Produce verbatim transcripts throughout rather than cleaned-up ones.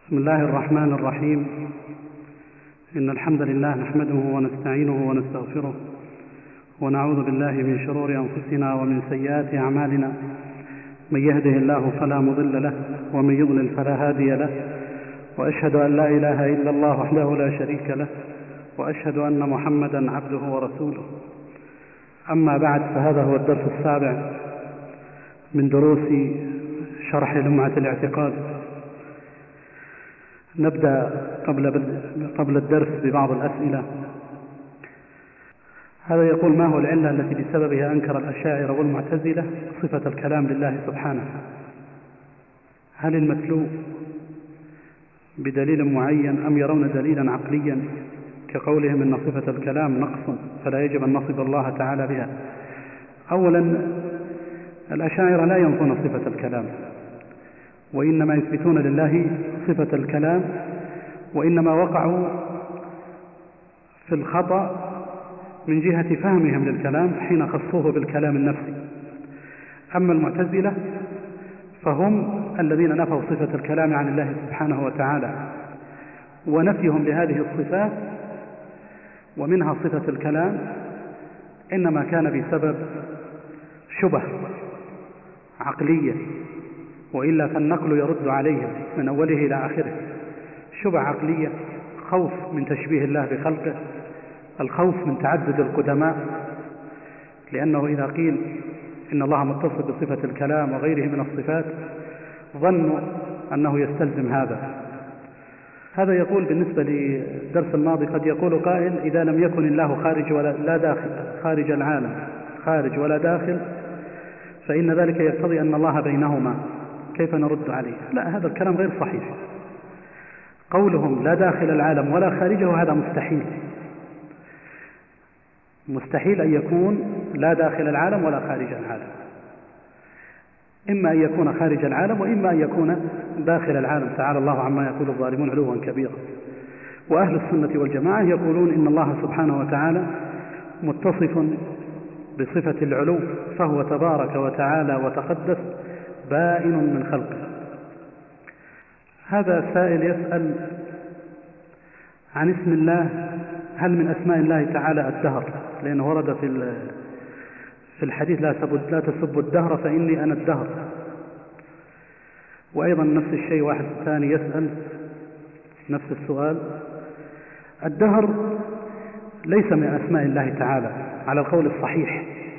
بسم الله الرحمن الرحيم. إن الحمد لله نحمده ونستعينه ونستغفره ونعوذ بالله من شرور أنفسنا ومن سيئات أعمالنا. من يهده الله فلا مضل له ومن يضلل فلا هادي له، وأشهد أن لا إله إلا الله وحده لا شريك له، وأشهد أن محمدا عبده ورسوله. أما بعد، فهذا هو الدرس السابع من دروس شرح لمعة الاعتقاد. نبدأ قبل قبل الدرس ببعض الأسئلة. هذا يقول: ما هو العلة التي بسببها أنكر الأشاعرة والمعتزلة صفة الكلام لله سبحانه؟ هل المتلو بدليل معين أم يرون دليلا عقليا كقولهم إن صفة الكلام نقص فلا يجب أن نصف الله تعالى بها؟ أولا، الأشاعرة لا ينفون صفة الكلام، وإنما يثبتون لله صفة الكلام، وإنما وقعوا في الخطأ من جهة فهمهم للكلام حين خصوه بالكلام النفسي. أما المعتزلة فهم الذين نفوا صفة الكلام عن الله سبحانه وتعالى، ونفيهم لهذه الصفات ومنها صفة الكلام إنما كان بسبب شبه عقلية، وإلا فالنقل يرد عليهم من أوله إلى آخره. شبه عقلية، خوف من تشبيه الله بخلقه، الخوف من تعدد القدماء، لأنه إذا قيل إن الله متصف بصفة الكلام وغيره من الصفات ظنوا أنه يستلزم هذا. هذا يقول بالنسبة للدرس الماضي: قد يقول قائل: إذا لم يكن الله خارج ولا لا داخل، خارج العالم خارج ولا داخل، فإن ذلك يقتضي أن الله بينهما، كيف نرد عليه؟ لا، هذا الكلام غير صحيح. قولهم لا داخل العالم ولا خارجه هذا مستحيل. مستحيل أن يكون لا داخل العالم ولا خارج العالم، إما أن يكون خارج العالم وإما أن يكون داخل العالم، تعالى الله عما يقول الظالمون علوا كبيرا. وأهل السنة والجماعة يقولون إن الله سبحانه وتعالى متصف بصفة العلو، فهو تبارك وتعالى وتقدس بائن من خلقه. هذا سائل يسأل عن اسم الله: هل من أسماء الله تعالى الدهر؟ لأنه ورد في في الحديث: لا لا تسبوا الدهر فإني أنا الدهر. وأيضا نفس الشيء واحد ثاني يسأل نفس السؤال. الدهر ليس من أسماء الله تعالى على القول الصحيح،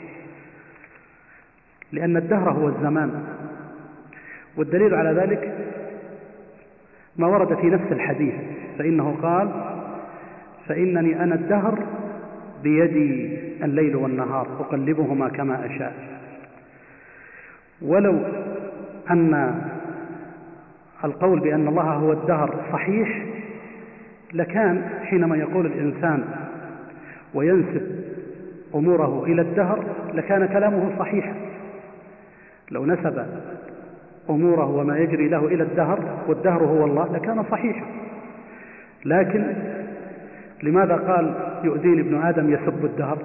لأن الدهر هو الزمان، والدليل على ذلك ما ورد في نفس الحديث، فإنه قال: فإنني أنا الدهر بيدي الليل والنهار أقلبهما كما أشاء. ولو أن القول بأن الله هو الدهر صحيح، لكان حينما يقول الإنسان وينسب أموره إلى الدهر لكان كلامه صحيحا. لو نسب أموره وما يجري له إلى الدهر والدهر هو الله لكان صحيحا. لكن لماذا قال: يؤذيني ابن آدم يسب الدهر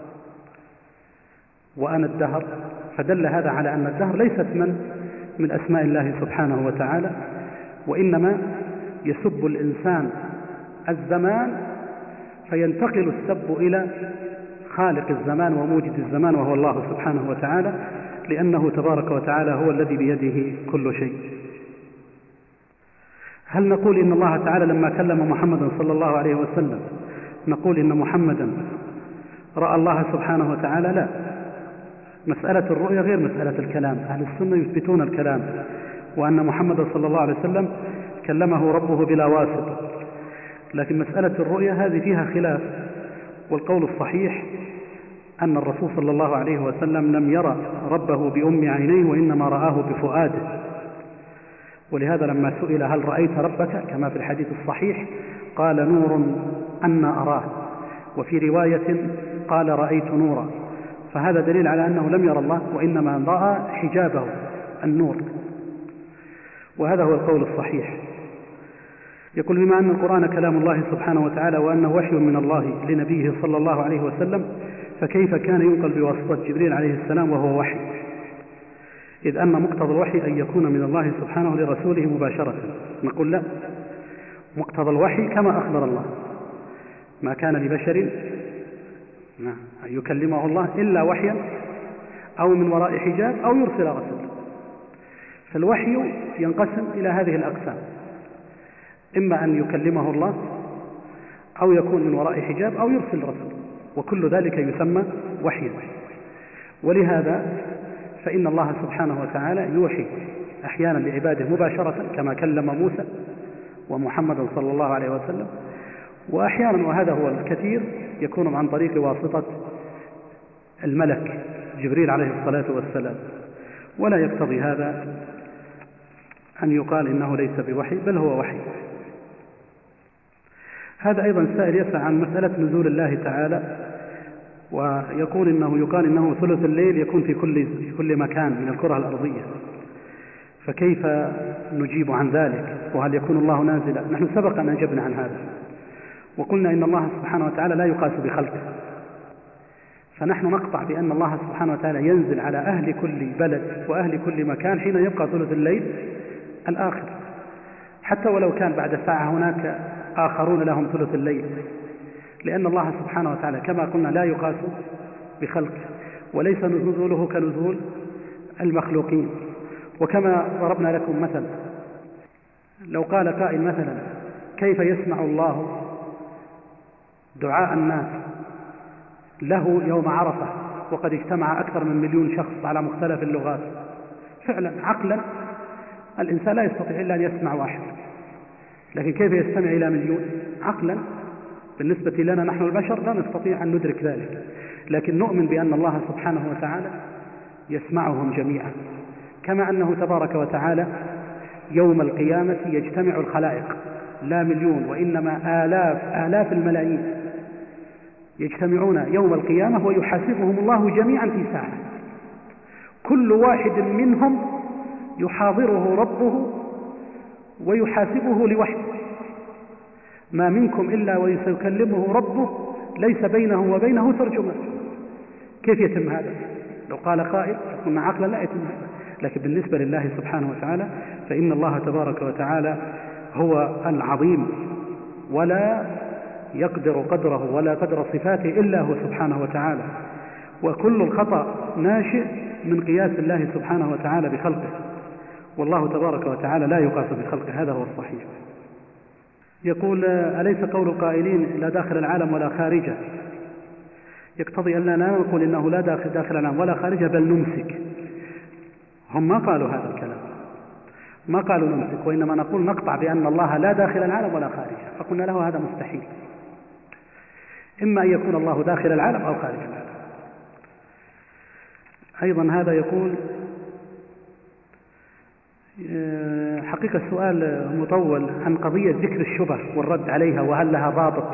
وأنا الدهر؟ فدل هذا على أن الدهر ليست من من أسماء الله سبحانه وتعالى، وإنما يسب الإنسان الزمان فينتقل السب إلى خالق الزمان وموجد الزمان وهو الله سبحانه وتعالى، لأنه تبارك وتعالى هو الذي بيده كل شيء. هل نقول إن الله تعالى لما كلم محمدا صلى الله عليه وسلم نقول إن محمدا رأى الله سبحانه وتعالى؟ لا، مسألة الرؤية غير مسألة الكلام. أهل السنة يثبتون الكلام، وأن محمدا صلى الله عليه وسلم كلمه ربه بلا واسطة، لكن مسألة الرؤية هذه فيها خلاف. والقول الصحيح أن الرسول صلى الله عليه وسلم لم يرى ربه بأم عينيه، وإنما رآه بفؤاده. ولهذا لما سئل: هل رأيت ربك؟ كما في الحديث الصحيح، قال: نور أنا أراه. وفي رواية قال: رأيت نورا. فهذا دليل على أنه لم يرى الله، وإنما رأى حجابه النور. وهذا هو القول الصحيح. يقول: بما أن القرآن كلام الله سبحانه وتعالى وأنه وحي من الله لنبيه صلى الله عليه وسلم، فكيف كان ينقل بواسطة جبريل عليه السلام وهو وحي؟ إذ أن مقتضى الوحي أن يكون من الله سبحانه لرسوله مباشرة. نقول لا، مقتضى الوحي كما أخبر الله: ما كان لبشر أن يكلمه الله إلا وحيا أو من وراء حجاب أو يرسل رسولا. فالوحي ينقسم إلى هذه الأقسام: إما أن يكلمه الله، أو يكون من وراء حجاب، أو يرسل رسول، وكل ذلك يسمى وحيا. ولهذا فإن الله سبحانه وتعالى يوحي أحيانا لعباده مباشرة كما كلم موسى ومحمد صلى الله عليه وسلم، وأحيانا، وهذا هو الكثير، يكون عن طريق واسطة الملك جبريل عليه الصلاة والسلام. ولا يقتضي هذا أن يقال إنه ليس بوحي، بل هو وحي. هذا أيضا السائل يسأل عن مسألة نزول الله تعالى، ويقول إنه يقال إنه ثلث الليل يكون في كل, في كل مكان من الكرة الأرضية، فكيف نجيب عن ذلك؟ وهل يكون الله نازلا؟ نحن سبق أن أجبنا عن هذا وقلنا إن الله سبحانه وتعالى لا يقاس بخلقه، فنحن نقطع بأن الله سبحانه وتعالى ينزل على أهل كل بلد وأهل كل مكان حين يبقى ثلث الليل الآخر، حتى ولو كان بعد ساعة هناك آخرون لهم ثلث الليل، لأن الله سبحانه وتعالى كما قلنا لا يقاس بخلقه، وليس نزوله كنزول المخلوقين. وكما ضربنا لكم مثلا، لو قال قائل مثلا: كيف يسمع الله دعاء الناس له يوم عرفة وقد اجتمع أكثر من مليون شخص على مختلف اللغات؟ فعلا عقلا الإنسان لا يستطيع إلا أن يسمع واحد، لكن كيف يستمع إلى مليون؟ عقلا بالنسبة لنا نحن البشر لا نستطيع أن ندرك ذلك، لكن نؤمن بأن الله سبحانه وتعالى يسمعهم جميعا، كما أنه تبارك وتعالى يوم القيامة يجتمع الخلائق، لا مليون وإنما آلاف آلاف الملايين يجتمعون يوم القيامة ويحاسبهم الله جميعا في ساعة، كل واحد منهم يحاضره ربه ويحاسبه لوحده، ما منكم إلا وسيكلمه ربه ليس بينه وبينه ترجمان. كيف يتم هذا؟ لو قال قائل قلنا عقلا لا يتم هذا، لكن بالنسبة لله سبحانه وتعالى فإن الله تبارك وتعالى هو العظيم، ولا يقدر قدره ولا قدر صفاته إلا هو سبحانه وتعالى، وكل الخطأ ناشئ من قياس الله سبحانه وتعالى بخلقه، والله تبارك وتعالى لا يقاس بخلقه، هذا هو الصحيح. يقول: أليس قول القائلين لا داخل العالم ولا خارجه يقتضي أننا لا نقول إنه لا داخل داخل العالم ولا خارجه بل نمسك؟ هم ما قالوا هذا الكلام، ما قالوا نمسك، وإنما نقول نقطع بأن الله لا داخل العالم ولا خارجه، فقلنا له هذا مستحيل، إما أن يكون الله داخل العالم أو خارج العالم. أيضا هذا يقول: حقيقة السؤال مطول عن قضية ذكر الشبه والرد عليها وهل لها ضابط.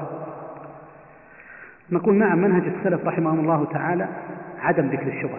نقول نعم، منهج السلف رحمهم الله تعالى عدم ذكر الشبه،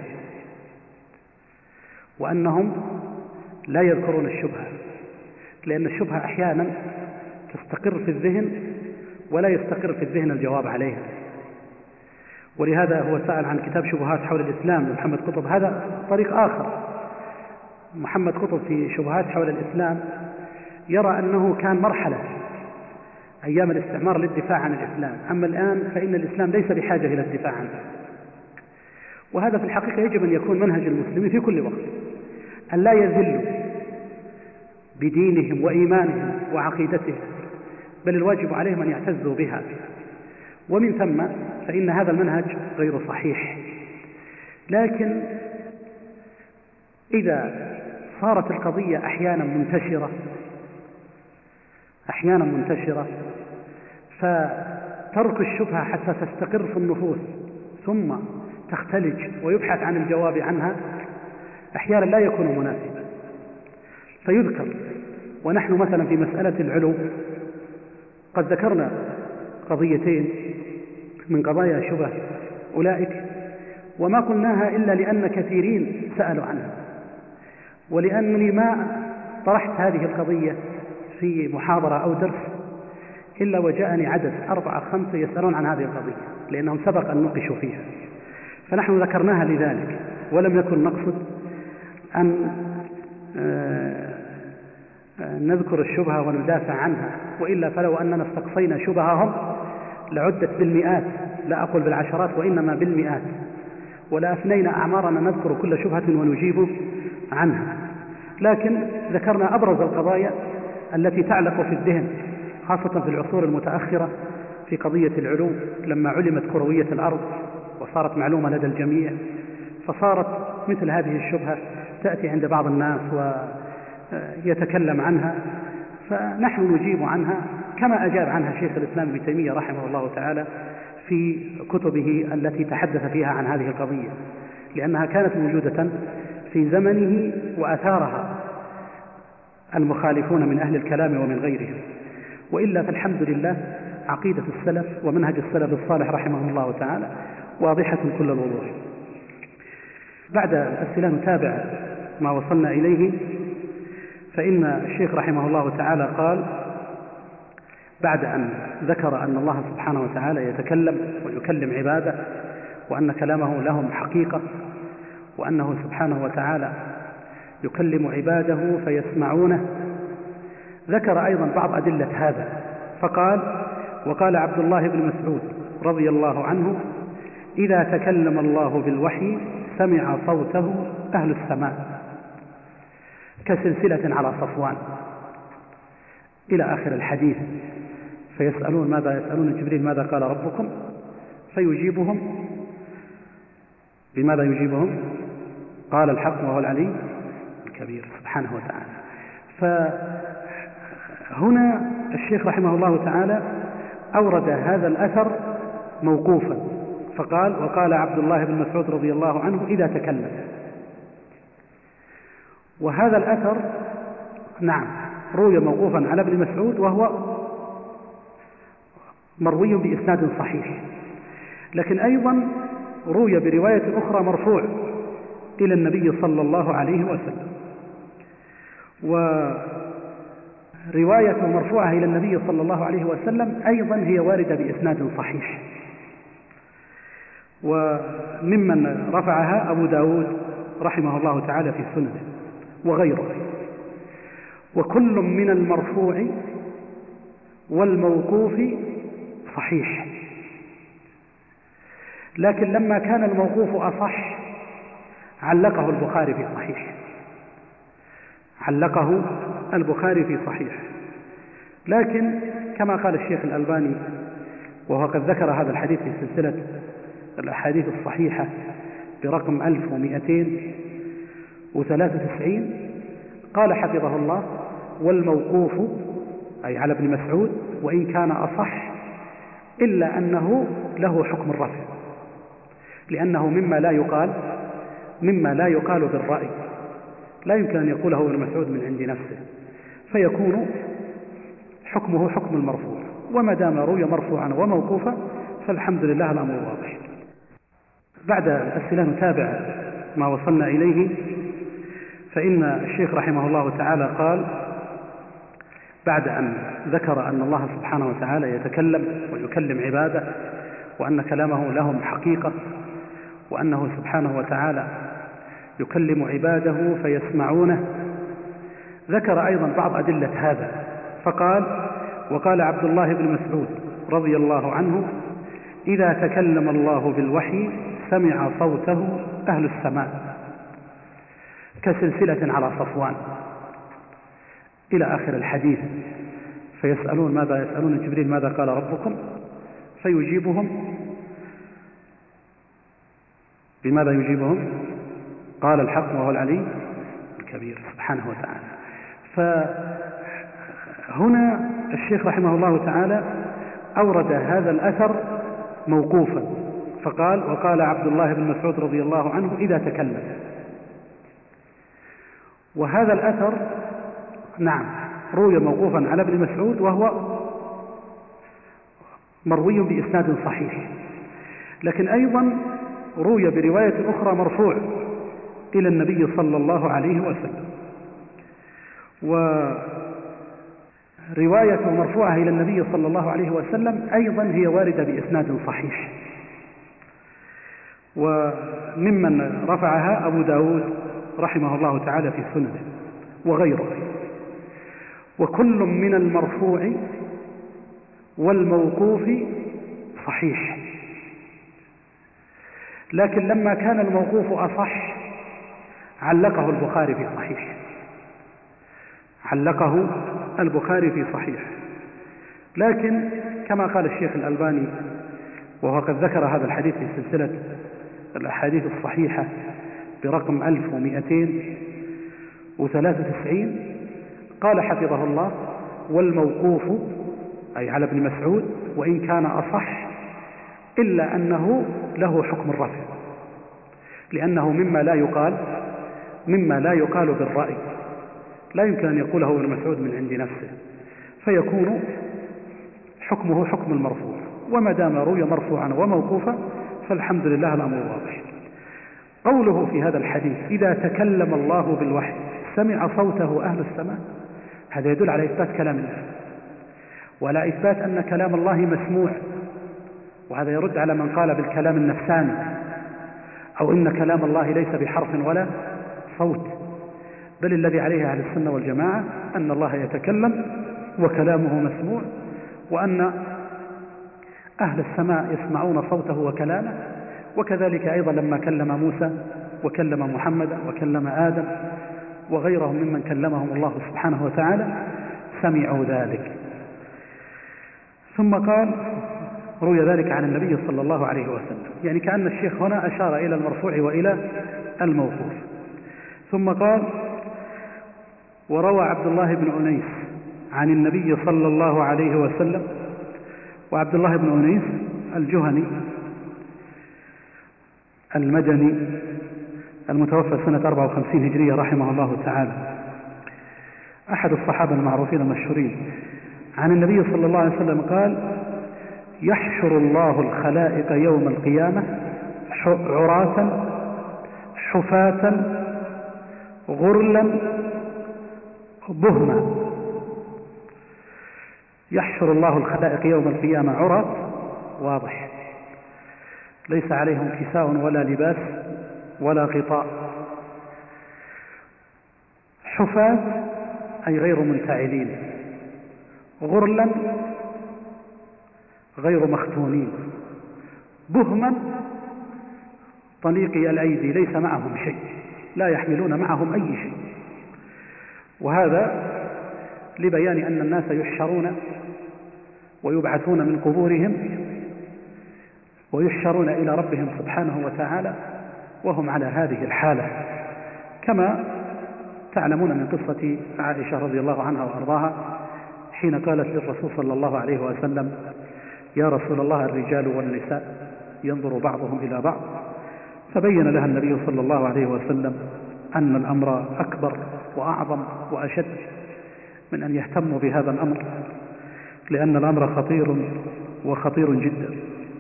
وأنهم لا يذكرون الشبهة، لأن الشبهة أحيانا تستقر في الذهن ولا يستقر في الذهن الجواب عليها. ولهذا هو سأل عن كتاب شبهات حول الإسلام لمحمد قطب، هذا طريق آخر. محمد قطب في شبهات حول الإسلام يرى أنه كان مرحلة أيام الاستعمار للدفاع عن الإسلام، أما الآن فإن الإسلام ليس بحاجة إلى الدفاع عنه، وهذا في الحقيقة يجب أن يكون منهج المسلمين في كل وقت، أن لا يذلوا بدينهم وإيمانهم وعقيدتهم، بل الواجب عليهم أن يعتزوا بها، ومن ثم فإن هذا المنهج غير صحيح. لكن إذا صارت القضية أحيانا منتشرة أحيانا منتشرة فترك الشبهة حتى تستقر في النفوس ثم تختلج ويبحث عن الجواب عنها أحيانا لا يكون مناسبا، فيذكر. ونحن مثلا في مسألة العلو قد ذكرنا قضيتين من قضايا شبه أولئك، وما قلناها إلا لأن كثيرين سألوا عنها، ولأنني ما طرحت هذه القضية في محاضرة أو درس إلا وجاءني عدد أربعة خمسة يسألون عن هذه القضية، لأنهم سبق أن نقشوا فيها، فنحن ذكرناها لذلك، ولم يكن نقصد أن نذكر الشبهة وندافع عنها، وإلا فلو أننا استقصينا شبههم لعدت بالمئات، لا أقول بالعشرات وإنما بالمئات، ولا أفنينا أعمارنا نذكر كل شبهة ونجيب عنها. لكن ذكرنا أبرز القضايا التي تعلق في الذهن، خاصة في العصور المتأخرة في قضية العلوم، لما علمت كروية الأرض وصارت معلومة لدى الجميع، فصارت مثل هذه الشبهة تأتي عند بعض الناس ويتكلم عنها، فنحن نجيب عنها كما أجاب عنها شيخ الإسلام ابن تيمية رحمه الله تعالى في كتبه التي تحدث فيها عن هذه القضية، لأنها كانت موجودة في زمنه وأثارها المخالفون من أهل الكلام ومن غيرهم. وإلا فالحمد لله عقيدة السلف ومنهج السلف الصالح رحمه الله تعالى واضحة كل الوضوح. بعد الأسئلة نتابع ما وصلنا إليه. فإن الشيخ رحمه الله تعالى قال بعد أن ذكر أن الله سبحانه وتعالى يتكلم ويكلم عباده، وأن كلامه لهم حقيقة، وأنه سبحانه وتعالى يكلم عباده فيسمعونه، ذكر أيضا بعض أدلة هذا فقال: وقال عبد الله بن مسعود رضي الله عنه: إذا تكلم الله بالوحي سمع صوته أهل السماء كسلسلة على صفوان، إلى آخر الحديث. فيسألون ماذا يسألون جبريل ماذا قال ربكم، فيجيبهم بماذا يجيبهم؟ قال الحق وهو العلي الكبير سبحانه وتعالى. فهنا الشيخ رحمه الله تعالى أورد هذا الأثر موقوفا، فقال: وقال عبد الله بن مسعود رضي الله عنه إذا تكلم. وهذا الأثر نعم روي موقوفا على ابن مسعود، وهو مروي بإسناد صحيح، لكن أيضا روي برواية أخرى مرفوع إلى النبي صلى الله عليه وسلم، ورواية مرفوعة إلى النبي صلى الله عليه وسلم أيضا هي واردة بإسناد صحيح. وممن رفعها أبو داود رحمه الله تعالى في سننه وغيره. وكل من المرفوع والموقوف صحيح، لكن لما كان الموقوف أصح علقه البخاري في صحيح علقه البخاري في صحيح لكن كما قال الشيخ الألباني، وهو قد ذكر هذا الحديث في سلسلة الأحاديث الصحيحة برقم ألف ومئتين وثلاثة وتسعين، قال حفظه الله: والموقوف أي على ابن مسعود وإن كان أصح إلا أنه له حكم الرفع، لأنه مما لا يقال مما لا يقال بالرأي، لا يمكن أن يقوله ابن مسعود من عند نفسه، فيكون حكمه حكم المرفوع. وما دام روي مرفوعا وموقوفا فالحمد لله الأمر واضح. بعد الأسئلة نتابع ما وصلنا إليه. فإن الشيخ رحمه الله تعالى قال بعد أن ذكر أن الله سبحانه وتعالى يتكلم ويكلم عباده، وأن كلامه لهم حقيقة، وأنه سبحانه وتعالى يكلم عباده فيسمعونه، ذكر أيضا بعض أدلة هذا فقال: وقال عبد الله بن مسعود رضي الله عنه: إذا تكلم الله بالوحي سمع صوته أهل السماء كسلسلة على صفوان، إلى آخر الحديث. فيسألون ماذا يسألون جبريل ماذا قال ربكم، فيجيبهم بماذا يجيبهم؟ قال الحق وهو العلي الكبير سبحانه وتعالى. فهنا الشيخ رحمه الله تعالى أورد هذا الأثر موقوفا، فقال: وقال عبد الله بن مسعود رضي الله عنه إذا تكلم. وهذا الأثر نعم روي موقوفا على ابن مسعود، وهو مروي بإسناد صحيح، لكن أيضا روي برواية أخرى مرفوع إلى النبي صلى الله عليه وسلم، ورواية مرفوعة إلى النبي صلى الله عليه وسلم أيضا هي واردة بإسناد صحيح. وممن رفعها أبو داود رحمه الله تعالى في سننه وغيره، وكل من المرفوع والموقوف صحيح، لكن لما كان الموقوف أصح علقه البخاري في صحيح علقه البخاري في صحيح لكن كما قال الشيخ الألباني وهو قد ذكر هذا الحديث في سلسلة الأحاديث الصحيحة برقم ألف ومئتين وثلاثة وتسعين، قال حفظه الله: والموقوف أي على ابن مسعود وإن كان أصح إلا أنه له حكم الرفع، لأنه مما لا يقال مما لا يقال بالرأي، لا يمكن أن يقوله ابن مسعود من عند نفسه، فيكون حكمه حكم المرفوع، وما دام روي مرفوعا وموقوفا فالحمد لله الأمر واضح. قوله في هذا الحديث: إذا تكلم الله بالوحي سمع صوته أهل السماء، هذا يدل على إثبات كلام الله ولا إثبات أن كلام الله مسموع، وهذا يرد على من قال بالكلام النفساني أو إن كلام الله ليس بحرف ولا صوت، بل الذي عليه أهل السنة والجماعة أن الله يتكلم وكلامه مسموع، وأن أهل السماء يسمعون صوته وكلامه، وكذلك أيضا لما كلم موسى وكلم محمد وكلم آدم وغيرهم ممن كلمهم الله سبحانه وتعالى سمعوا ذلك. ثم قال: روي ذلك عن النبي صلى الله عليه وسلم، يعني كأن الشيخ هنا أشار إلى المرفوع وإلى الموقوف. ثم قال: وروى عبد الله بن أنيس عن النبي صلى الله عليه وسلم. وعبد الله بن أنيس الجهني المدني المتوفى سنة أربعة وخمسين هجرية رحمه الله تعالى، أحد الصحابة المعروفين المشهورين، عن النبي صلى الله عليه وسلم قال: يحشر الله الخلائق يوم القيامة عراة حفاة غرلا بهما. يحشر الله الخلائق يوم القيامة عراة، واضح، ليس عليهم كساء ولا لباس ولا غطاء. حفاة أي غير منتعلين، غرلا غير مختونين، بهما طليقي الأيدي ليس معهم شيء، لا يحملون معهم أي شيء. وهذا لبيان أن الناس يحشرون ويبعثون من قبورهم ويحشرون إلى ربهم سبحانه وتعالى وهم على هذه الحالة، كما تعلمون من قصة عائشة رضي الله عنها وأرضاها حين قالت للرسول صلى الله عليه وسلم: يا رسول الله، الرجال والنساء ينظر بعضهم إلى بعض، فبين لها النبي صلى الله عليه وسلم أن الأمر أكبر وأعظم وأشد من أن يهتموا بهذا الأمر، لأن الأمر خطير وخطير جدا.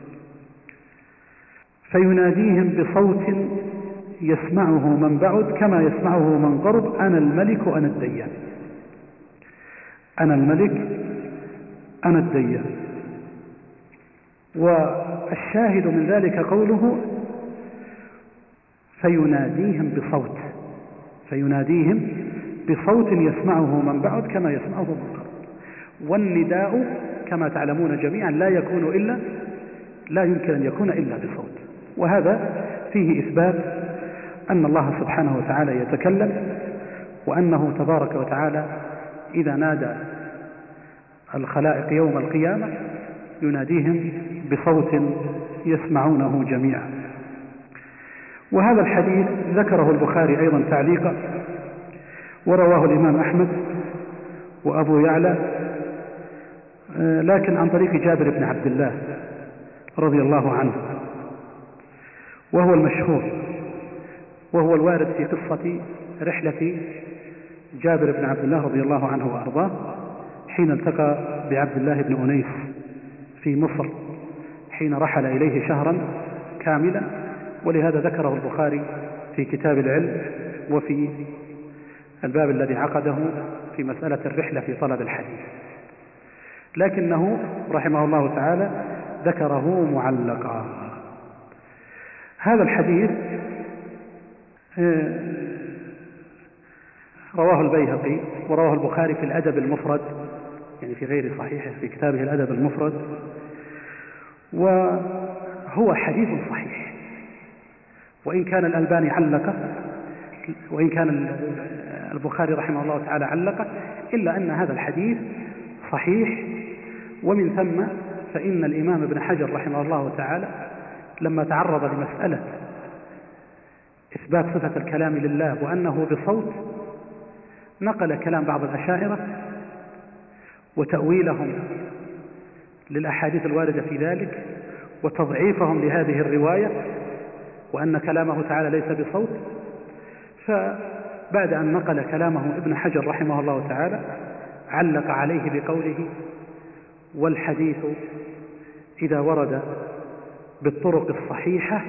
فيناديهم بصوت يسمعه من بعد كما يسمعه من قرب: أنا الملك أنا الديان، أنا الملك أنا الديان. والشاهد من ذلك قوله: فيناديهم بصوت، فيناديهم بصوت يسمعه من بعد كما يسمعه من قرب. والنداء كما تعلمون جميعا لا يكون إلا لا يمكن أن يكون إلا بصوت، وهذا فيه إثبات أن الله سبحانه وتعالى يتكلم، وأنه تبارك وتعالى إذا نادى الخلائق يوم القيامة يناديهم بصوت يسمعونه جميعا. وهذا الحديث ذكره البخاري أيضا تعليقا، ورواه الإمام أحمد وأبو يعلى، لكن عن طريق جابر بن عبد الله رضي الله عنه، وهو المشهور، وهو الوارد في قصة رحلة جابر بن عبد الله رضي الله عنه وأرضاه حين التقى بعبد الله بن أنيس في مصر حين رحل إليه شهرا كاملا، ولهذا ذكره البخاري في كتاب العلم وفي الباب الذي عقده في مسألة الرحلة في طلب الحديث، لكنه رحمه الله تعالى ذكره معلقا. هذا الحديث رواه البيهقي ورواه البخاري في الأدب المفرد، يعني في غير صحيحه، في كتابه الأدب المفرد، وهو حديث صحيح، وإن كان الألباني علقه، وإن كان البخاري رحمه الله تعالى علقه، إلا أن هذا الحديث صحيح. ومن ثم فإن الإمام ابن حجر رحمه الله تعالى لما تعرض لمسألة إثبات صفة الكلام لله وأنه بصوت، نقل كلام بعض الأشاعرة وتأويلهم للأحاديث الواردة في ذلك وتضعيفهم لهذه الرواية وأن كلامه تعالى ليس بصوت. فبعد أن نقل كلامه ابن حجر رحمه الله تعالى علق عليه بقوله: والحديث إذا ورد بالطرق الصحيحة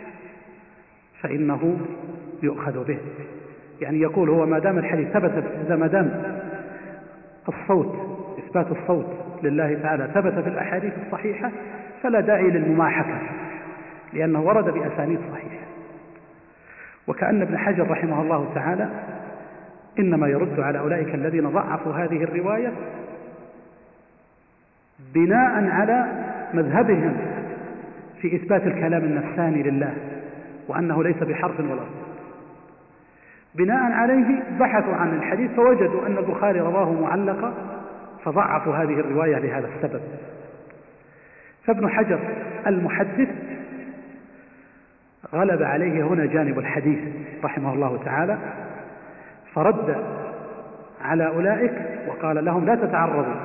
فإنه يؤخذ به. يعني يقول هو ما دام الحديث ثبت، إذا ما دام الصوت، إثبات الصوت لله تعالى ثبت في الأحاديث الصحيحة فلا داعي للمماحكة، لأنه ورد بأسانيد صحيحة. وكأن ابن حجر رحمه الله تعالى إنما يرد على أولئك الذين ضعفوا هذه الرواية بناء على مذهبهم في إثبات الكلام النفساني لله وأنه ليس بحرف ولا صوت. بناء عليه بحثوا عن الحديث فوجدوا أن البخاري رواه معلقا فضعفوا هذه الرواية لهذا السبب. فابن حجر المحدث غلب عليه هنا جانب الحديث رحمه الله تعالى، فرد على أولئك وقال لهم: لا تتعرضوا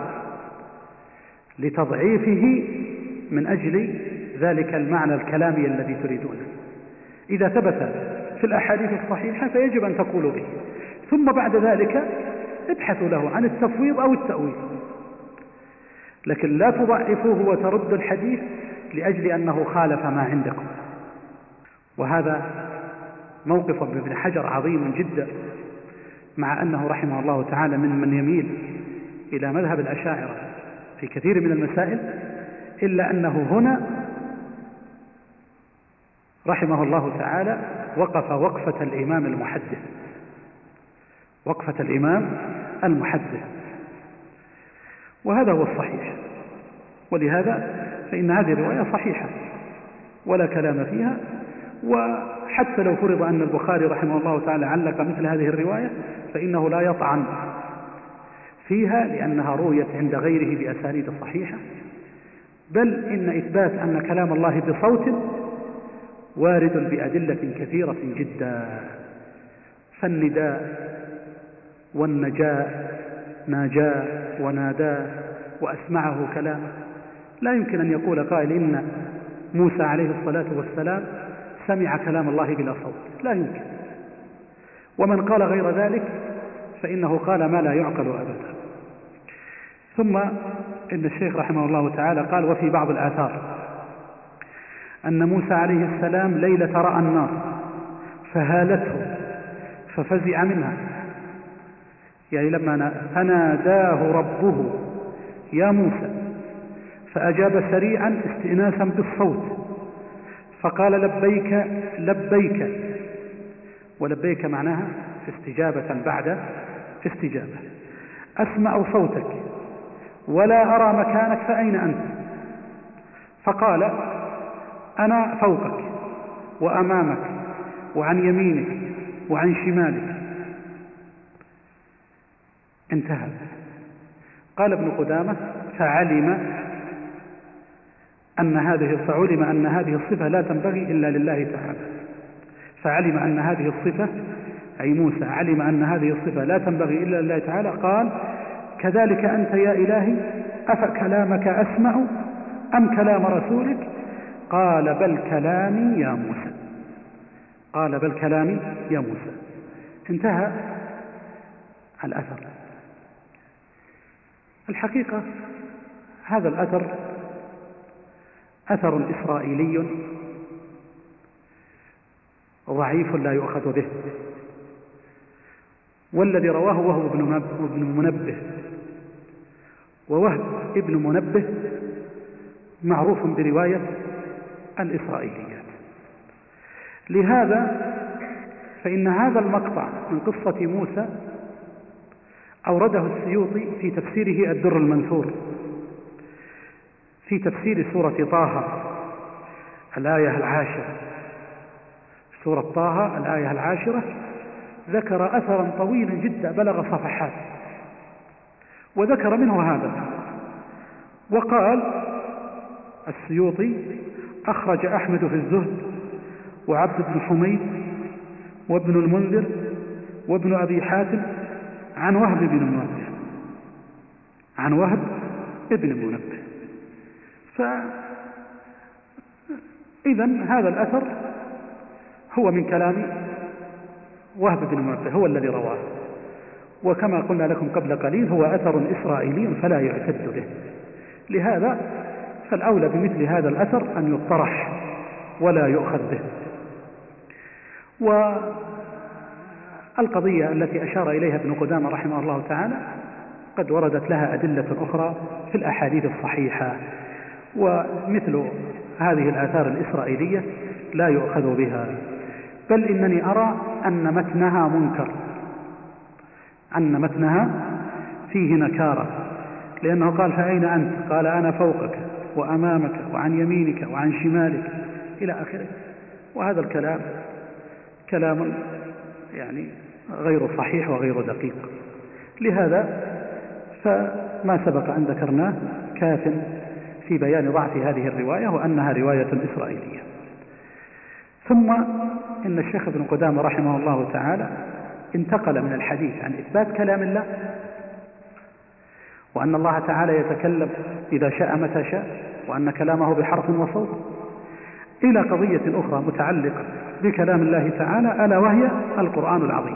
لتضعيفه من أجل ذلك المعنى الكلامي الذي تريدونه. إذا ثبت في الأحاديث الصحيحة فيجب أن تقولوا به، ثم بعد ذلك ابحثوا له عن التفويض أو التأويل، لكن لا تضعفوه وتردوا الحديث لأجل أنه خالف ما عندكم. وهذا موقف ابن حجر عظيم جدا، مع أنه رحمه الله تعالى من من يميل إلى مذهب الأشاعرة في كثير من المسائل، إلا أنه هنا رحمه الله تعالى وقف وقفة الإمام المحدث، وقفة الإمام المحدث، وهذا هو الصحيح. ولهذا فإن هذه الرواية صحيحة ولا كلام فيها. وحتى لو فرض أن البخاري رحمه الله تعالى علق مثل هذه الرواية فإنه لا يطعن فيها، لأنها رويت عند غيره بأسانيد صحيحة، بل إن إثبات أن كلام الله بصوت وارد بأدلة كثيرة جدا. فالنداء والنجاء، ناجاه وناداه وأسمعه كلامه، لا يمكن أن يقول قائل إن موسى عليه الصلاة والسلام سمع كلام الله بلا صوت، لا يمكن. ومن قال غير ذلك فإنه قال ما لا يعقل أبدا. ثم إن الشيخ رحمه الله تعالى قال: وفي بعض الآثار أن موسى عليه السلام ليلة رأى النار فهالته ففزع منها، يعني لما فناداه ربه يا موسى، فأجاب سريعا استئناسا بالصوت فقال: لبيك لبيك. ولبيك معناها استجابة بعد استجابة. أسمع صوتك ولا أرى مكانك فأين أنت؟ فقال: أنا فوقك وأمامك وعن يمينك وعن شمالك. انتهى. قال ابن قدامة: فعلم أن هذه فعلم أن هذه الصفة لا تنبغي إلا لله تعالى. فعلم أن هذه الصفة، أي موسى علم أن هذه الصفة لا تنبغي إلا لله تعالى. قال: كذلك أنت يا إلهي، أفكلامك أسمع أم كلام رسولك؟ قال: بل كلامي يا موسى. قال: بل كلامي يا موسى. انتهى الأثر. الحقيقة هذا الأثر أثر إسرائيلي ضعيف لا يؤخذ به، والذي رواه وهو ابن منبه، ووهب ابن منبه معروف برواية الإسرائيليات. لهذا فإن هذا المقطع من قصة موسى أورده السيوطي في تفسيره الدر المنثور في تفسير سورة طه الآية العاشرة. سورة طه الآية العاشرة ذكر أثرا طويلا جدا بلغ صفحات، وذكر منه هذا، وقال السيوطي: أخرج أحمد في الزهد وعبد بن حميد وابن المنذر وابن أبي حاتم عن وهب بن منبه عن وهب بن منبه. فإذن هذا الأثر هو من كلام وهب بن منبه، هو الذي رواه، وكما قلنا لكم قبل قليل هو أثر إسرائيلي فلا يعتد به. لهذا فالأولى بمثل هذا الأثر أن يطرح ولا يؤخذ به. والقضية التي أشار إليها ابن قدامة رحمه الله تعالى قد وردت لها أدلة أخرى في الأحاديث الصحيحة، ومثل هذه الآثار الإسرائيلية لا يؤخذ بها، بل إنني أرى أن متنها منكر، أن متنها فيه نكارة، لأنه قال: فأين أنت؟ قال: أنا فوقك وأمامك وعن يمينك وعن شمالك إلى آخره. وهذا الكلام كلام يعني غير صحيح وغير دقيق. لهذا فما سبق أن ذكرناه كاف في بيان ضعف هذه الرواية وأنها رواية إسرائيلية. ثم إن الشيخ ابن قدامة رحمه الله تعالى انتقل من الحديث عن إثبات كلام الله وأن الله تعالى يتكلم إذا شاء متى شاء وأن كلامه بحرف وصوت إلى قضية أخرى متعلقة بكلام الله تعالى، ألا وهي القرآن العظيم.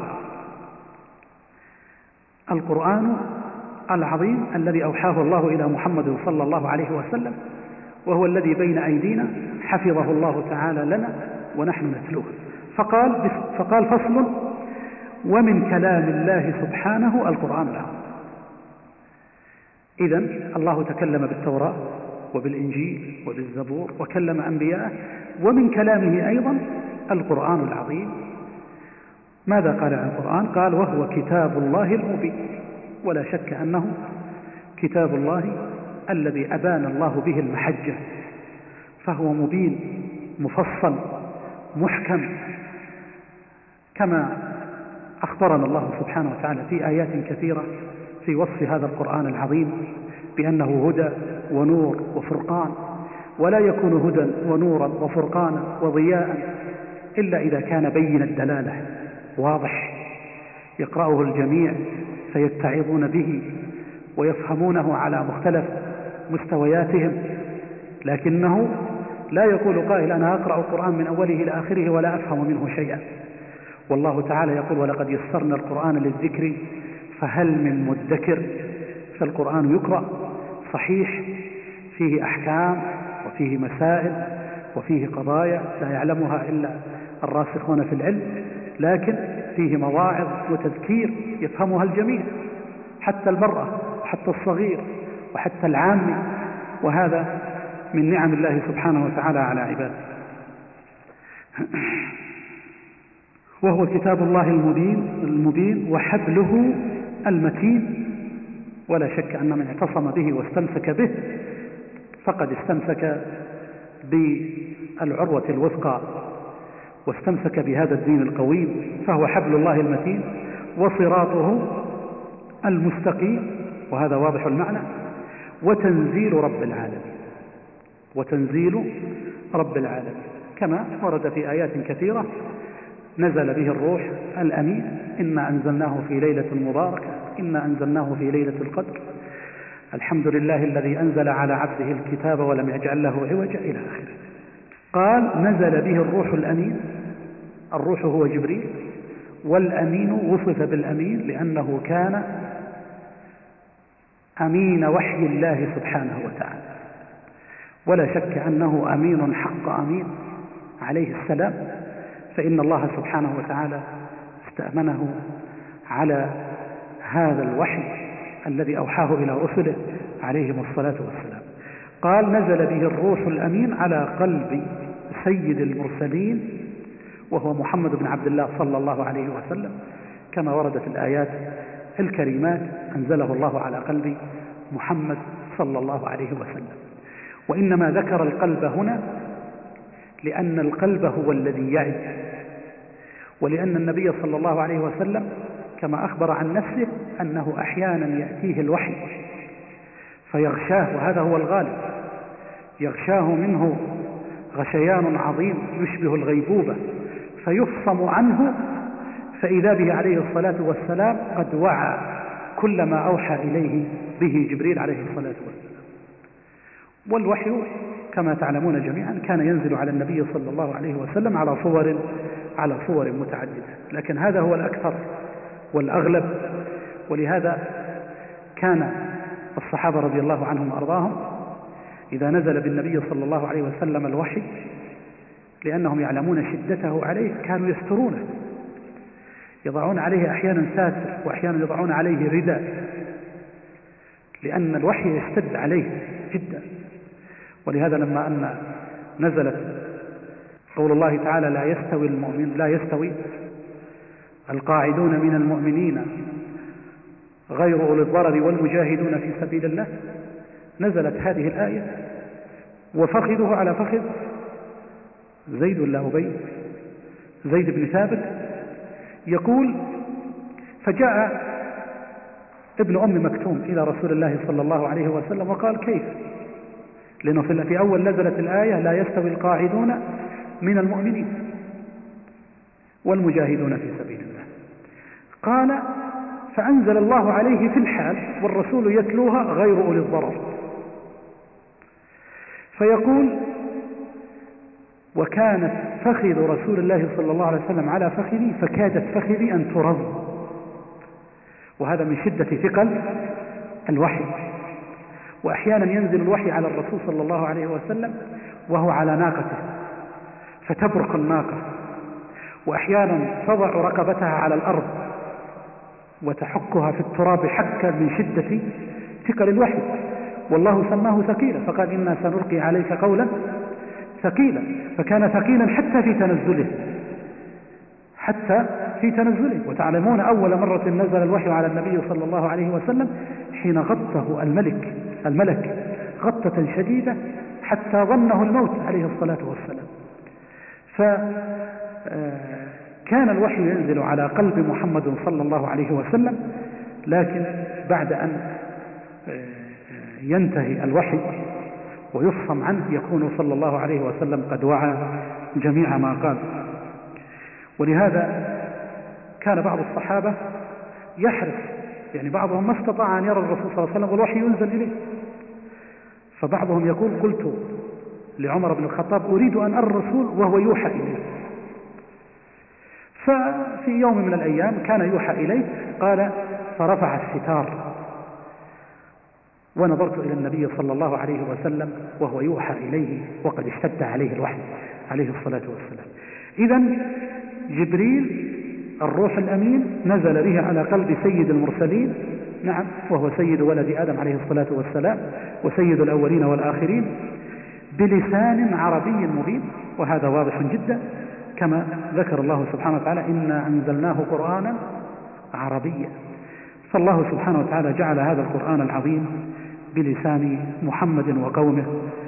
القرآن العظيم الذي أوحاه الله إلى محمد صلى الله عليه وسلم، وهو الذي بين أيدينا حفظه الله تعالى لنا ونحن نتلوه. فقال, فقال فصل: ومن كلام الله سبحانه القرآن العظيم. إذن الله تكلم بالتوراة وبالإنجيل وبالزبور وكلم أنبياءه، ومن كلامه أيضا القرآن العظيم. ماذا قال عن القرآن؟ قال: وهو كتاب الله المبين. ولا شك أنه كتاب الله الذي أبان الله به المحجة، فهو مبين مفصل محكم، كما أخبرنا الله سبحانه وتعالى في آيات كثيرة في وصف هذا القرآن العظيم بأنه هدى ونور وفرقان، ولا يكون هدى ونورا وفرقانا وضياء إلا إذا كان بين الدلالة واضح يقرأه الجميع فيتعظون به ويفهمونه على مختلف مستوياتهم. لكنه لا يقول قائل: أنا أقرأ القرآن من أوله إلى آخره ولا أفهم منه شيئا. والله تعالى يقول: ولقد يسرنا القرآن للذكر فهل من مدكر. فالقرآن يقرأ صحيح، فيه أحكام وفيه مسائل وفيه قضايا لا يعلمها إلا الراسخون في العلم، لكن فيه مواعظ وتذكير يفهمها الجميع، حتى المرأة وحتى الصغير وحتى العامي، وهذا من نعم الله سبحانه وتعالى على عباده. وهو كتاب الله المبين المبين وحبله المتين. ولا شك أن من اعتصم به واستمسك به فقد استمسك بالعروة الوثقى واستمسك بهذا الدين القويم، فهو حبل الله المتين وصراطه المستقيم، وهذا واضح المعنى، وتنزيل رب العالمين وتنزيل رب العالمين كما ورد في آيات كثيرة: نزل به الروح الأمين، إنا أنزلناه في ليلة مباركة، إنا أنزلناه في ليلة القدر، الحمد لله الذي أنزل على عبده الكتاب ولم يجعل له عوجا إلى آخره. قال: نزل به الروح الأمين. الروح هو جبريل، والأمين وصف بالأمين لأنه كان أمين وحي الله سبحانه وتعالى، ولا شك أنه أمين حق أمين عليه السلام، فإن الله سبحانه وتعالى استأمنه على هذا الوحي الذي أوحاه إلى رسله عليهم الصلاة والسلام. قال: نزل به الروح الأمين على قلب سيد المرسلين، وهو محمد بن عبد الله صلى الله عليه وسلم، كما ورد في الآيات الكريمات أنزله الله على قلب محمد صلى الله عليه وسلم. وإنما ذكر القلب هنا لأن القلب هو الذي يعي، ولأن النبي صلى الله عليه وسلم كما أخبر عن نفسه أنه أحيانا يأتيه الوحي فيغشاه، وهذا هو الغالب، يغشاه منه غشيان عظيم يشبه الغيبوبة فيفصم عنه، فإذا به عليه الصلاة والسلام قد وعى كل ما أوحى إليه به جبريل عليه الصلاة والسلام. والوحي كما تعلمون جميعا كان ينزل على النبي صلى الله عليه وسلم على صور على صور متعددة، لكن هذا هو الأكثر والأغلب. ولهذا كان الصحابة رضي الله عنهم وأرضاهم إذا نزل بالنبي صلى الله عليه وسلم الوحي لأنهم يعلمون شدته عليه كانوا يسترونه، يضعون عليه أحيانا ساتر وأحيانا يضعون عليه رداء، لأن الوحي يشتد عليه جدا. ولهذا لما أن نزلت قول الله تعالى لا يستوي المؤمن لا يستوي القاعدون من المؤمنين غير أولي الضرر والمجاهدون في سبيل الله، نزلت هذه الآية وفخذه على فخذ زيد ولا أبي زيد بن ثابت، يقول فجاء ابن أم مكتوم إلى رسول الله صلى الله عليه وسلم وقال كيف؟ لأنه في أول نزلت الآية لا يستوي القاعدون من المؤمنين والمجاهدون في سبيل الله، قال فأنزل الله عليه في الحال والرسول يتلوها غير أولي الضرر، فيقول وكانت فخذ رسول الله صلى الله عليه وسلم على فخذي فكادت فخذي أن ترض، وهذا من شدة ثقل الوحي. وأحيانا ينزل الوحي على الرسول صلى الله عليه وسلم وهو على ناقته فتبرق الناقة، وأحيانا تضع رقبتها على الأرض وتحكها في التراب حكا من شدة ثقل الوحي، والله سماه ثقيلا فقال إنا سنلقي عليك قولا ثقيلا، فكان ثقيلا حتى في تنزله حتى في تنزله. وتعلمون أول مرة نزل الوحي على النبي صلى الله عليه وسلم حين غطه الملك الملك غطة شديدة حتى ظنه الموت عليه الصلاة والسلام. فكان الوحي ينزل على قلب محمد صلى الله عليه وسلم، لكن بعد أن ينتهي الوحي ويفصم عنه يكون صلى الله عليه وسلم قد وعى جميع ما قال. ولهذا كان بعض الصحابة يحرص، يعني بعضهم ما استطاع أن يرى الرسول صلى الله عليه وسلم والوحي ينزل إليه، فبعضهم يقول قلت لعمر بن الخطاب أريد أن أرى الرسول وهو يوحى إليه، ففي يوم من الأيام كان يوحى إليه قال فرفع الستار ونظرت إلى النبي صلى الله عليه وسلم وهو يوحى إليه وقد اشتد عليه الوحي عليه الصلاة والسلام. إذن جبريل الروح الأمين نزل به على قلب سيد المرسلين، نعم، وهو سيد ولد آدم عليه الصلاة والسلام وسيد الأولين والآخرين، بلسان عربي مبين، وهذا واضح جدا كما ذكر الله سبحانه وتعالى إنا أنزلناه قرآنا عربيا. فالله سبحانه وتعالى جعل هذا القرآن العظيم بلسان محمد وقومه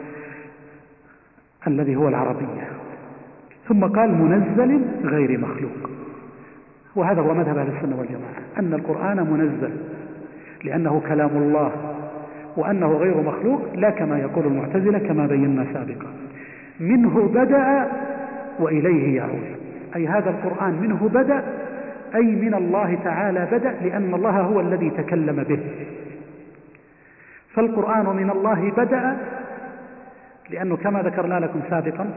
الذي هو العربية، ثم قال منزل غير مخلوق. وهذا هو مذهب أهل السنة والجماعة، أن القرآن منزل لأنه كلام الله وأنه غير مخلوق، لا كما يقول المعتزلة كما بينا سابقا. منه بدأ وإليه يعود، أي هذا القرآن منه بدأ أي من الله تعالى بدأ، لأن الله هو الذي تكلم به. فالقرآن من الله بدأ لأنه كما ذكرنا لكم سابقا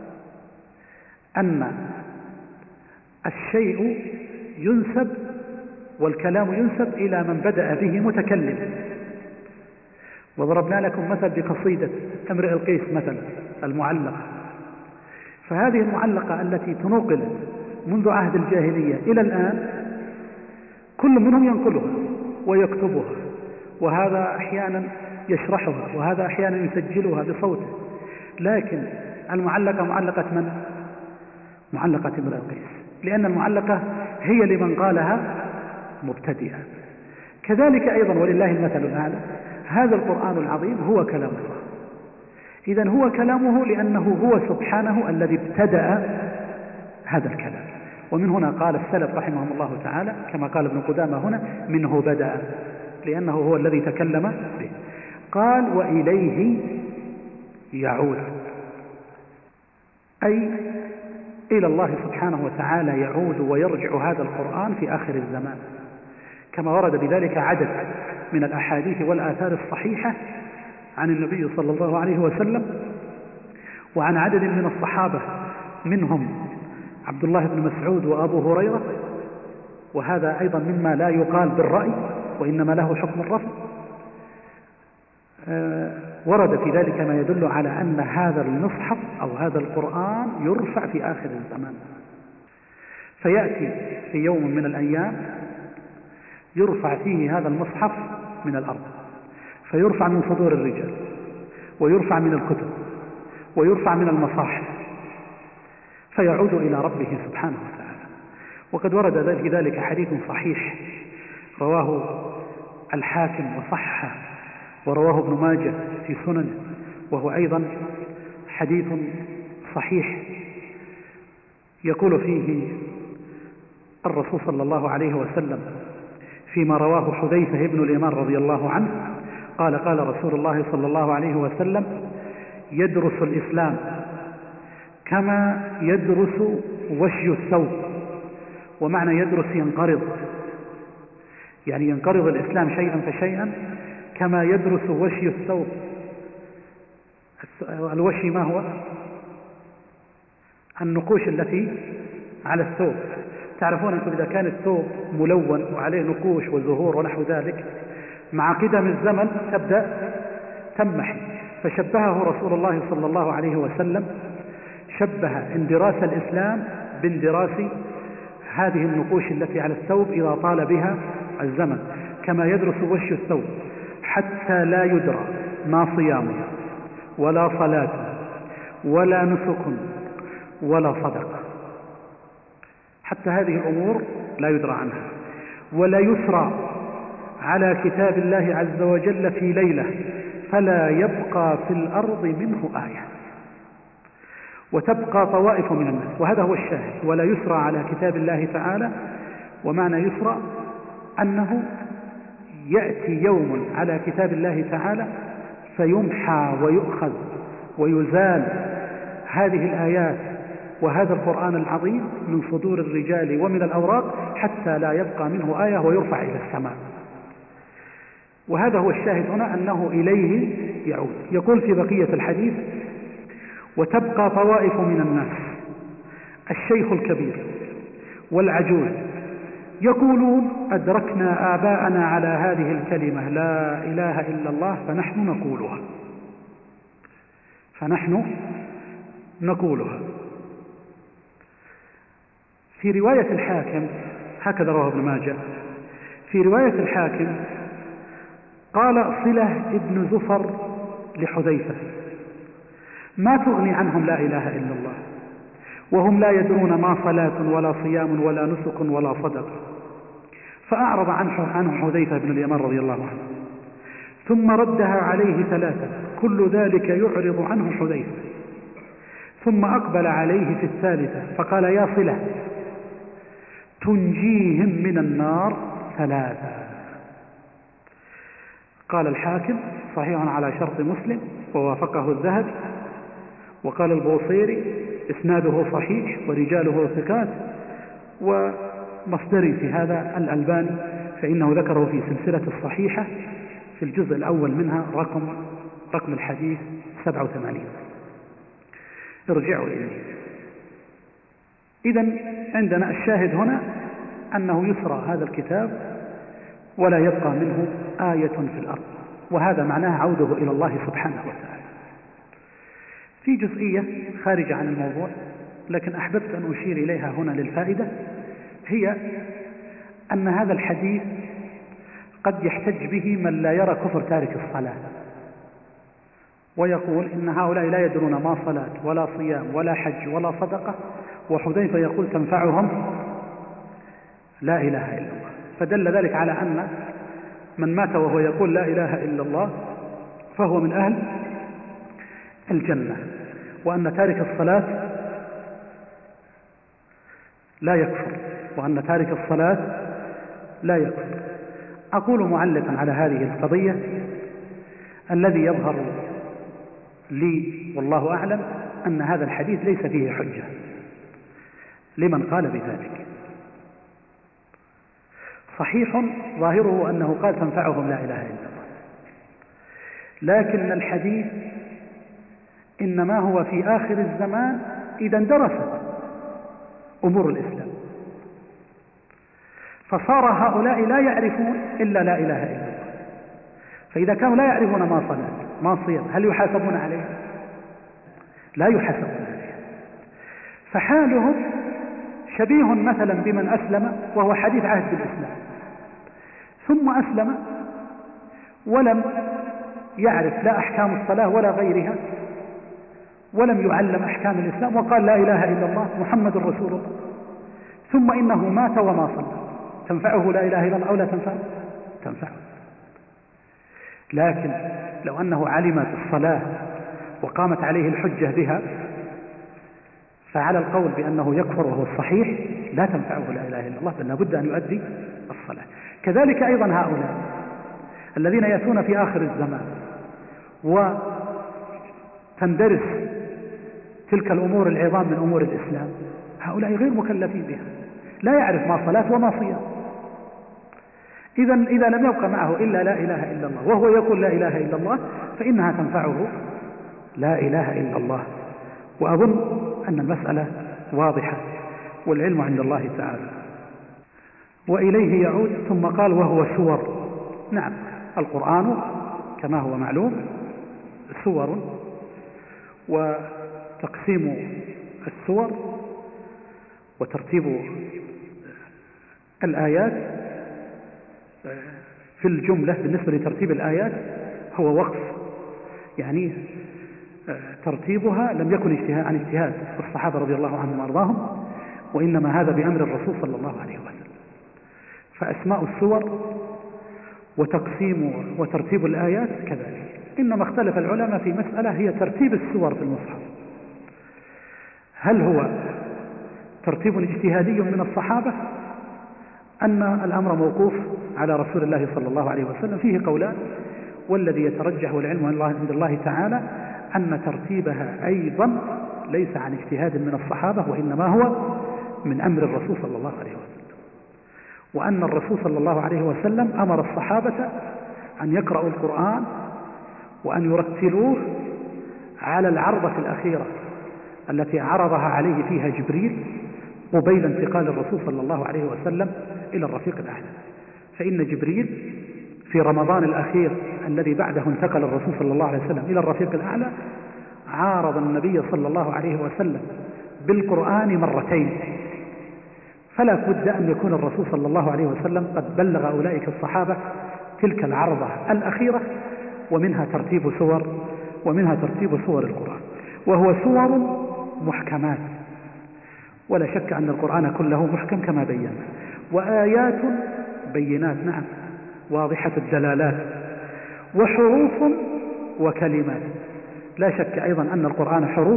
أن الشيء ينسب والكلام ينسب إلى من بدأ به متكلم. وضربنا لكم مثل بقصيدة امرئ القيس مثلا المعلقة، فهذه المعلقة التي تنقلت منذ عهد الجاهلية إلى الآن كل منهم ينقلها ويكتبها، وهذا أحيانا يشرحها وهذا أحيانا يسجلها بصوته، لكن المعلقة معلقة من؟ معلقة امرئ القيس، لأن المعلقة هي لمن قالها مبتدئة، كذلك أيضا ولله المثل الأعلى، هذا القرآن العظيم هو كلام الله. إذن هو كلامه لأنه هو سبحانه الذي ابتدأ هذا الكلام. ومن هنا قال السلف رحمهم الله تعالى كما قال ابن قدامة هنا: منه بدأ، لأنه هو الذي تكلم به. قال: وإليه يعود، أي إلى الله سبحانه وتعالى يعود ويرجع هذا القرآن في آخر الزمان، كما ورد بذلك عدد من الأحاديث والآثار الصحيحة عن النبي صلى الله عليه وسلم وعن عدد من الصحابة، منهم عبد الله بن مسعود وأبو هريرة، وهذا أيضا مما لا يقال بالرأي وإنما له حكم الرفض. آه ورد في ذلك ما يدل على أن هذا المصحف أو هذا القرآن يرفع في آخر الزمان، فيأتي في يوم من الأيام يرفع فيه هذا المصحف من الأرض، فيرفع من صدور الرجال، ويرفع من الكتب، ويرفع من المصاحف، فيعود إلى ربه سبحانه وتعالى. وقد ورد في ذلك حديث صحيح رواه الحاكم وصححه، ورواه ابن ماجه في سننه، وهو أيضا حديث صحيح، يقول فيه الرسول صلى الله عليه وسلم فيما رواه حذيفة بن اليمان رضي الله عنه قال: قال رسول الله صلى الله عليه وسلم: يدرس الإسلام كما يدرس وشي الثوب. ومعنى يدرس ينقرض، يعني ينقرض الإسلام شيئا فشيئا كما يدرس وشي الثوب. الوشي ما هو؟ النقوش التي على الثوب. تعرفون أنتم إذا كان الثوب ملون وعليه نقوش وزهور ونحو ذلك، مع قدم الزمن تبدأ تمحي. فشبهه رسول الله صلى الله عليه وسلم، شبه اندراس الإسلام باندراس هذه النقوش التي على الثوب إذا طال بها الزمن، كما يدرس وشي الثوب، حتى لا يدرى ما صيام ولا صلاة ولا نسك ولا صدقة. حتى هذه الأمور لا يدرى عنها. ولا يسرى على كتاب الله عز وجل في ليلة فلا يبقى في الأرض منه آية، وتبقى طوائف من الناس. وهذا هو الشاهد: ولا يسرى على كتاب الله تعالى. ومعنى يسرى أنه يأتي يوم على كتاب الله تعالى فيمحى ويؤخذ ويزال هذه الآيات وهذا القرآن العظيم من صدور الرجال ومن الأوراق، حتى لا يبقى منه آية ويرفع إلى السماء. وهذا هو الشاهد هنا، أنه إليه يعود. يقول في بقية الحديث: وتبقى طوائف من الناس، الشيخ الكبير والعجوز، يقولون: أدركنا آباءنا على هذه الكلمة لا إله إلا الله فنحن نقولها فنحن نقولها. في رواية الحاكم، هكذا رواه ابن ماجه، في رواية الحاكم قال صلة ابن زفر لحذيفة: ما تغني عنهم لا إله إلا الله وهم لا يدرون ما صلاة ولا صيام ولا نسك ولا صدقة. فأعرض عنه حذيفة بن اليمان رضي الله عنه، ثم ردها عليه ثلاثة، كل ذلك يعرض عنه حذيفة، ثم أقبل عليه في الثالثة فقال: يا صلة، تنجيهم من النار ثلاثة. قال الحاكم: صحيح على شرط مسلم، ووافقه الذهبي. وقال البوصيري: إسناده صحيح ورجاله ثقات. ومصدري في هذا الألباني، فإنه ذكره في سلسلة الصحيحة في الجزء الأول منها رقم رقم الحديث سبعة وثمانين. ارجعوا إليه. إذن عندنا الشاهد هنا أنه يسرى هذا الكتاب ولا يبقى منه آية في الأرض، وهذا معناه عوده إلى الله سبحانه وتعالى. في جزئية خارجة عن الموضوع لكن أحببت أن أشير إليها هنا للفائدة، هي أن هذا الحديث قد يحتج به من لا يرى كفر تارك الصلاة، ويقول إن هؤلاء لا يدرون ما صلاة ولا صيام ولا حج ولا صدقة، وحذيفة يقول تنفعهم لا إله إلا الله. فدل ذلك على أن من مات وهو يقول لا إله إلا الله فهو من أهل الجنة، وأن تارك الصلاة لا يكفر، وأن تارك الصلاة لا يكفر. أقول معلقا على هذه القضية: الذي يظهر لي والله أعلم أن هذا الحديث ليس فيه حجة لمن قال بذلك. صحيح ظاهره أنه قال تنفعهم لا إله إلا الله، لكن الحديث إنما هو في آخر الزمان إذا اندرست أمور الإسلام، فصار هؤلاء لا يعرفون إلا لا إله إلا الله. فإذا كانوا لا يعرفون ما صلاة ما صيام، هل يحاسبون عليها؟ لا يحاسبون عليها. فحالهم شبيه مثلا بمن أسلم وهو حديث عهد بالإسلام، ثم أسلم ولم يعرف لا أحكام الصلاة ولا غيرها، ولم يعلم أحكام الإسلام، وقال لا إله إلا الله محمد رسول الله، ثم إنه مات وما صلى، تنفعه لا إله إلا الله أو لا تنفعه؟ تنفعه. لكن لو أنه علم الصلاة وقامت عليه الحجة بها، فعلى القول بأنه يكفر وهو الصحيح لا تنفعه لا إله إلا الله، بل لابد أن يؤدي الصلاة. كذلك أيضا هؤلاء الذين يأتون في آخر الزمان وتندرس تلك الأمور العظام من أمور الإسلام، هؤلاء غير مكلفين بها، لا يعرف ما صلاة وما صيام. إذا إذا لم يبقى معه إلا لا إله إلا الله وهو يقول لا إله إلا الله، فإنها تنفعه لا إله إلا الله. وأظن أن المسألة واضحة والعلم عند الله تعالى. وإليه يعود. ثم قال وهو سور. نعم، القرآن كما هو معلوم سور، وتقسيم السور وترتيب الآيات في الجملة بالنسبة لترتيب الآيات هو وقف، يعني ترتيبها لم يكن اجتهاد عن اجتهاد الصحابة رضي الله عنهم وأرضاهم، وإنما هذا بأمر الرسول صلى الله عليه وسلم. فأسماء السور وتقسيم وترتيب الآيات كذلك. إنما اختلف العلماء في مسألة هي ترتيب السور في المصحف، هل هو ترتيب اجتهادي من الصحابة أن الأمر موقوف على رسول الله صلى الله عليه وسلم؟ فيه قولان، والذي يترجح والعلم عند الله تعالى أن ترتيبها أيضا ليس عن اجتهاد من الصحابة، وإنما هو من أمر الرسول صلى الله عليه وسلم، وأن الرسول صلى الله عليه وسلم أمر الصحابة أن يقرأوا القرآن وأن يرتلوه على العرضة الأخيرة التي عرضها عليه فيها جبريل قبيل انتقال الرسول صلى الله عليه وسلم إلى الرفيق الأعلى. فإن جبريل في رمضان الأخير الذي بعده انتقل الرسول صلى الله عليه وسلم إلى الرفيق الأعلى عارض النبي صلى الله عليه وسلم بالقرآن مرتين، فلا بد أن يكون الرسول صلى الله عليه وسلم قد بلغ أولئك الصحابة تلك العرضة الأخيرة، ومنها ترتيب سور ومنها ترتيب سور القرآن. وهو سور محكمات، ولا شك أن القرآن كله محكم كما بينا، وآيات بينات نعم واضحة الدلالات، وحروف وكلمات. لا شك أيضا أن القرآن حروف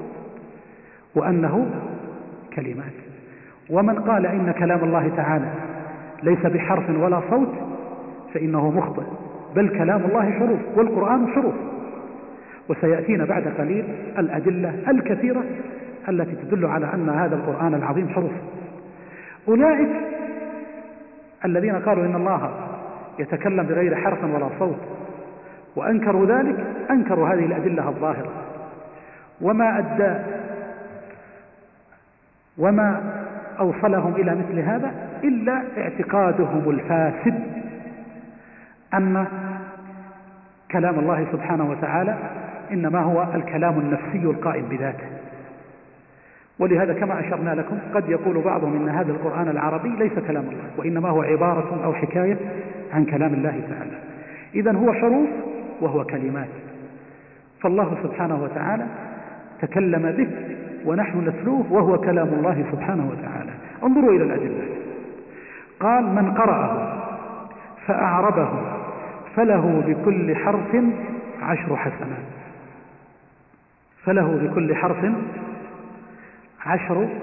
وأنه كلمات. ومن قال إن كلام الله تعالى ليس بحرف ولا صوت فإنه مخطئ، بل كلام الله حروف والقرآن حروف. وسيأتينا بعد قليل الأدلة الكثيرة التي تدل على أن هذا القرآن العظيم حروف. أولئك الذين قالوا إن الله يتكلم بغير حرف ولا صوت وأنكروا ذلك، أنكروا هذه الأدلة الظاهرة، وما أدى وما أوصلهم إلى مثل هذا إلا اعتقادهم الفاسد أن كلام الله سبحانه وتعالى إنما هو الكلام النفسي القائم بذاته. ولهذا كما أشرنا لكم قد يقول بعضهم إن هذا القرآن العربي ليس كلام الله، وإنما هو عبارة أو حكاية عن كلام الله تعالى. إذن هو حروف وهو كلمات، فالله سبحانه وتعالى تكلم به ونحن نتلوه وهو كلام الله سبحانه وتعالى. انظروا إلى الأدلة. قال من قرأه فأعربه فله بكل حرف عشر حسنات، فله بكل حرف عشر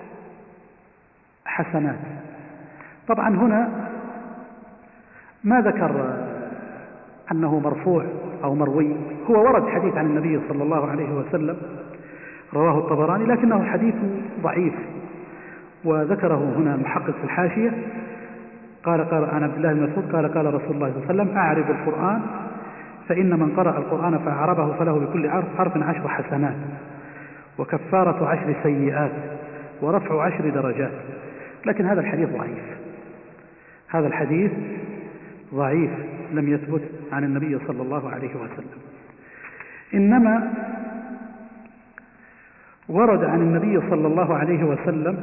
حسنات. طبعا هنا ما ذكر أنه مرفوع أو مروي، هو ورد حديث عن النبي صلى الله عليه وسلم رواه الطبراني، لكنه حديث ضعيف، وذكره هنا المحقق في الحاشية قال قال عن عبد الله بن مسعود قال قال رسول الله صلى الله عليه وسلم: أعرب القرآن فإن من قرأ القرآن فأعربه فله بكل حرف عشر حسنات، وكفارة عشر سيئات، ورفع عشر درجات. لكن هذا الحديث ضعيف، هذا الحديث ضعيف لم يثبت عن النبي صلى الله عليه وسلم. إنما ورد عن النبي صلى الله عليه وسلم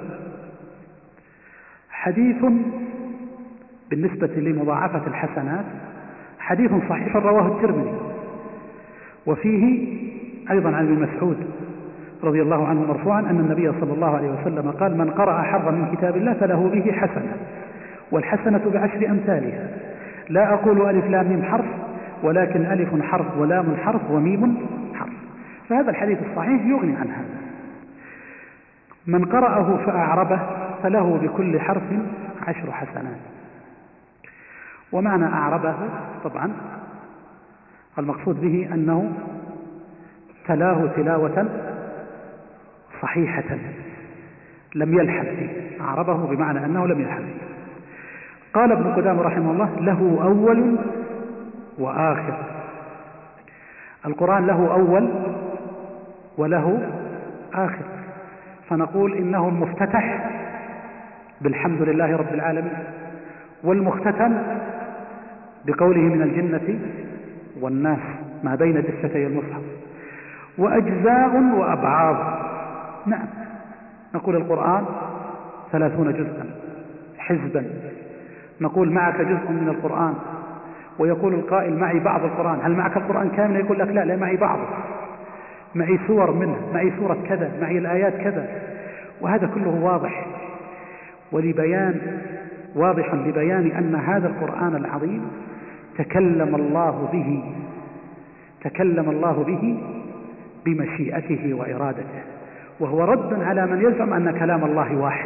حديث بالنسبة لمضاعفة الحسنات، حديث صحيح رواه الترمذي، وفيه أيضا عن ابن مسعود رضي الله عنه مرفوعا أن النبي صلى الله عليه وسلم قال: من قرأ حرفا من كتاب الله فله به حسنة، والحسنة بعشر أمثالها، لا أقول ألف لام ميم حرف، ولكن ألف حرف ولام حرف وميم حرف. فهذا الحديث الصحيح يغني عن هذا. من قرأه فأعربه فله بكل حرف عشر حسنات. ومعنى أعربه طبعا المقصود به أنه تلاه تلاوة صحيحة لم يلحن فيه، أعربه بمعنى أنه لم يلحن فيه. قال ابن قدامة رحمه الله: له أول وآخر. القرآن له أول وله آخر، فنقول إنه المفتتح بالحمد لله رب العالمين، والمختتم بقوله من الجنة والناس ما بين دفتي المصحف، وأجزاء وأبعاض. نعم، نقول القرآن ثلاثون جزءا حزبا، نقول معك جزء من القرآن، ويقول القائل معي بعض القرآن، هل معك القرآن كامل؟ يقول لك لا لا معي بعض، معي سور منه، معي سورة كذا، معي الآيات كذا. وهذا كله واضح ولبيان واضح لبيان أن هذا القرآن العظيم تكلم الله به تكلم الله به بمشيئته وإرادته، وهو رد على من يزعم أن كلام الله واحد،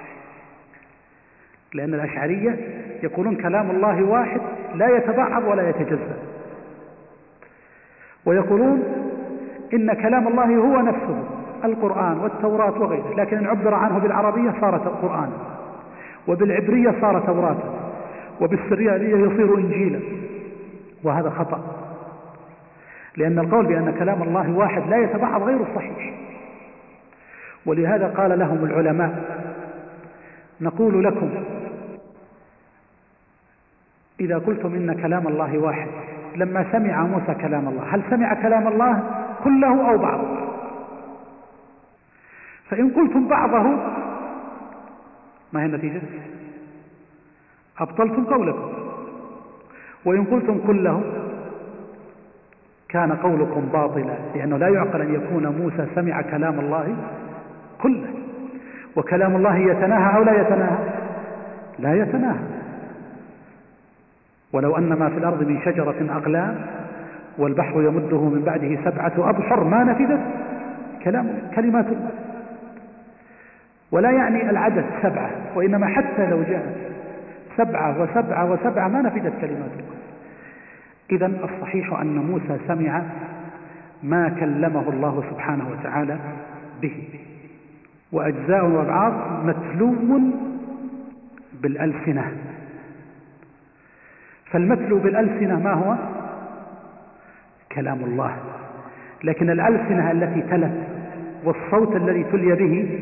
لأن الأشعرية يقولون كلام الله واحد لا يتبعض ولا يتجزأ، ويقولون إن كلام الله هو نفسه القرآن والتوراة وغيره، لكن إن عبر عنه بالعربية صارت قرآن، وبالعبرية صار توراة، وبالسريانية يصير إنجيلا. وهذا خطأ، لأن القول بأن كلام الله واحد لا يتبعض غير الصحيح. ولهذا قال لهم العلماء: نقول لكم إذا قلتم إن كلام الله واحد، لما سمع موسى كلام الله هل سمع كلام الله كله أو بعضه؟ فإن قلتم بعضه ما هي النتيجة؟ أبطلتم قولكم. وإن قلتم كله كان قولكم باطلا، لأنه لا يعقل أن يكون موسى سمع كلام الله كله، وكلام الله يتناهى أو لا يتناهى؟ لا يتناهى. ولو أن ما في الأرض من شجرة أقلام والبحر يمده من بعده سبعة أبحر ما نفذت كلام كلمات الله. ولا يعني العدد سبعة، وإنما حتى لو جاءت سبعة وسبعة وسبعة ما نفذت كلمات الله. إذن الصحيح أن موسى سمع ما كلمه الله سبحانه وتعالى به. وأجزاء وأبعاض متلو بالألسنة، فالمتلو بالألسنة ما هو؟ كلام الله. لكن الألسنة التي تلت والصوت الذي تلي به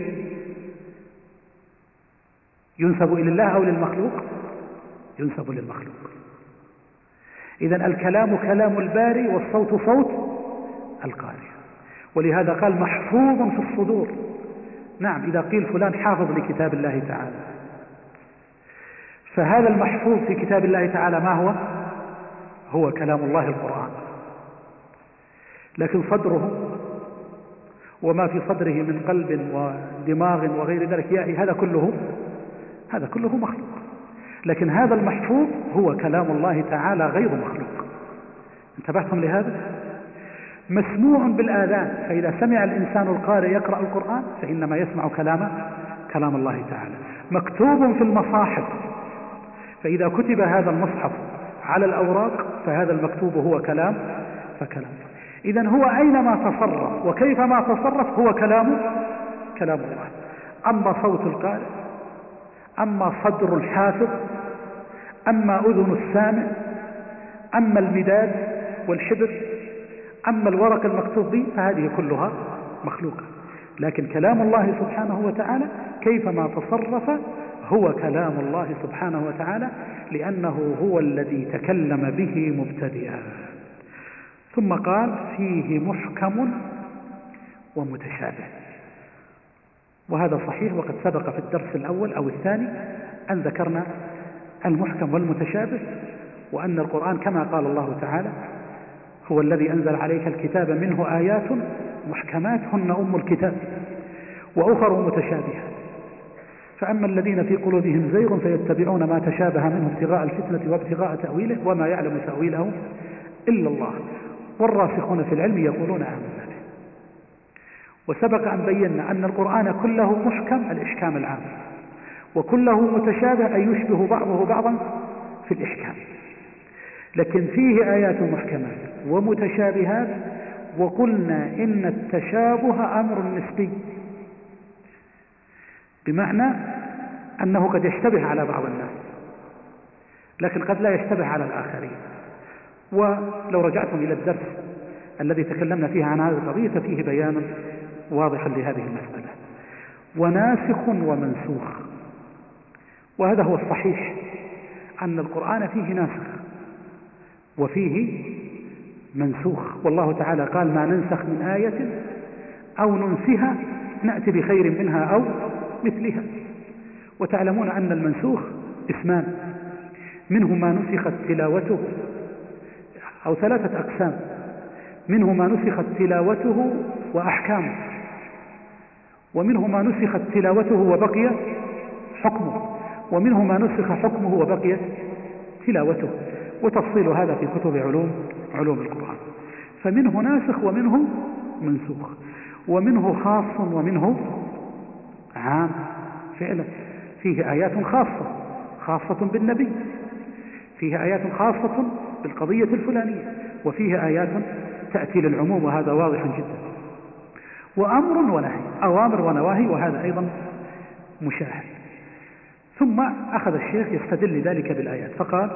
ينسب إلى الله أو للمخلوق؟ ينسب للمخلوق. إذن الكلام كلام الباري والصوت صوت القارئ. ولهذا قال محفوظ في الصدور. نعم، إذا قيل فلان حافظ لكتاب الله تعالى، فهذا المحفوظ في كتاب الله تعالى ما هو؟ هو كلام الله القرآن. لكن صدره وما في صدره من قلب ودماغ وغير ذلك يعني هذا كله هذا كله مخلوق. لكن هذا المحفوظ هو كلام الله تعالى غير مخلوق. انتبهتم لهذا؟ مسموع بالآذان، فإذا سمع الإنسان القارئ يقرأ القرآن فإنما يسمع كلام كلام الله تعالى. مكتوب في المصاحف، فإذا كتب هذا المصحف على الأوراق فهذا المكتوب هو كلام فكلام. إذن هو أينما تصرف وكيفما تصرف هو كلام كلام الله. أما صوت القارئ، أما صدر الحافظ، أما أذن السامع، أما المداد والحبر، أما الورق المكتوب به، فهذه كلها مخلوقة. لكن كلام الله سبحانه وتعالى كيفما تصرف هو كلام الله سبحانه وتعالى، لأنه هو الذي تكلم به مبتدئا. ثم قال فيه محكم ومتشابه، وهذا صحيح، وقد سبق في الدرس الأول أو الثاني أن ذكرنا المحكم والمتشابه، وأن القرآن كما قال الله تعالى هو الذي أنزل عليك الكتاب منه آيات محكمات هن أم الكتاب وأخر متشابهات، فأما الذين في قلوبهم زيغ فيتبعون ما تشابه منه ابتغاء الفتنة وابتغاء تأويله وما يعلم تأويله إلا الله والراسخون في العلم يقولون آمنا به. وسبق أن بينا أن القرآن كله محكم الإحكام العام، وكله متشابه أي يشبه بعضه بعضا في الإحكام، لكن فيه آيات محكمات ومتشابهات. وقلنا إن التشابه أمر نسبي، بمعنى أنه قد يشتبه على بعض الناس لكن قد لا يشتبه على الآخرين. ولو رجعتم إلى الدرس الذي تكلمنا فيه عن هذه القضية فيه بيان واضح لهذه المسألة. وناسخ ومنسوخ، وهذا هو الصحيح أن القرآن فيه ناسخ وفيه منسوخ، والله تعالى قال ما ننسخ من آية أو ننسها نأتي بخير منها أو مثلها. وتعلمون أن المنسوخ اسمان، منه ما نسخت تلاوته، أو ثلاثة أقسام، منه ما نسخت تلاوته وأحكامه، ومنه ما نسخت تلاوته وبقي حكمه، ومنه ما نسخ حكمه وبقي تلاوته، وتفصيل هذا في كتب علوم علوم القرآن. فمنه ناسخ ومنه منسوخ، ومنه خاص ومنه عام. فعلا فيه آيات خاصة خاصة بالنبي، فيه آيات خاصة بالقضية الفلانية، وفيه آيات تأتي للعموم، وهذا واضح جدا. وأمر ونهي، أوامر ونواهي، وهذا أيضا مشاهد. ثم أخذ الشيخ يستدل ذلك بالآيات فقال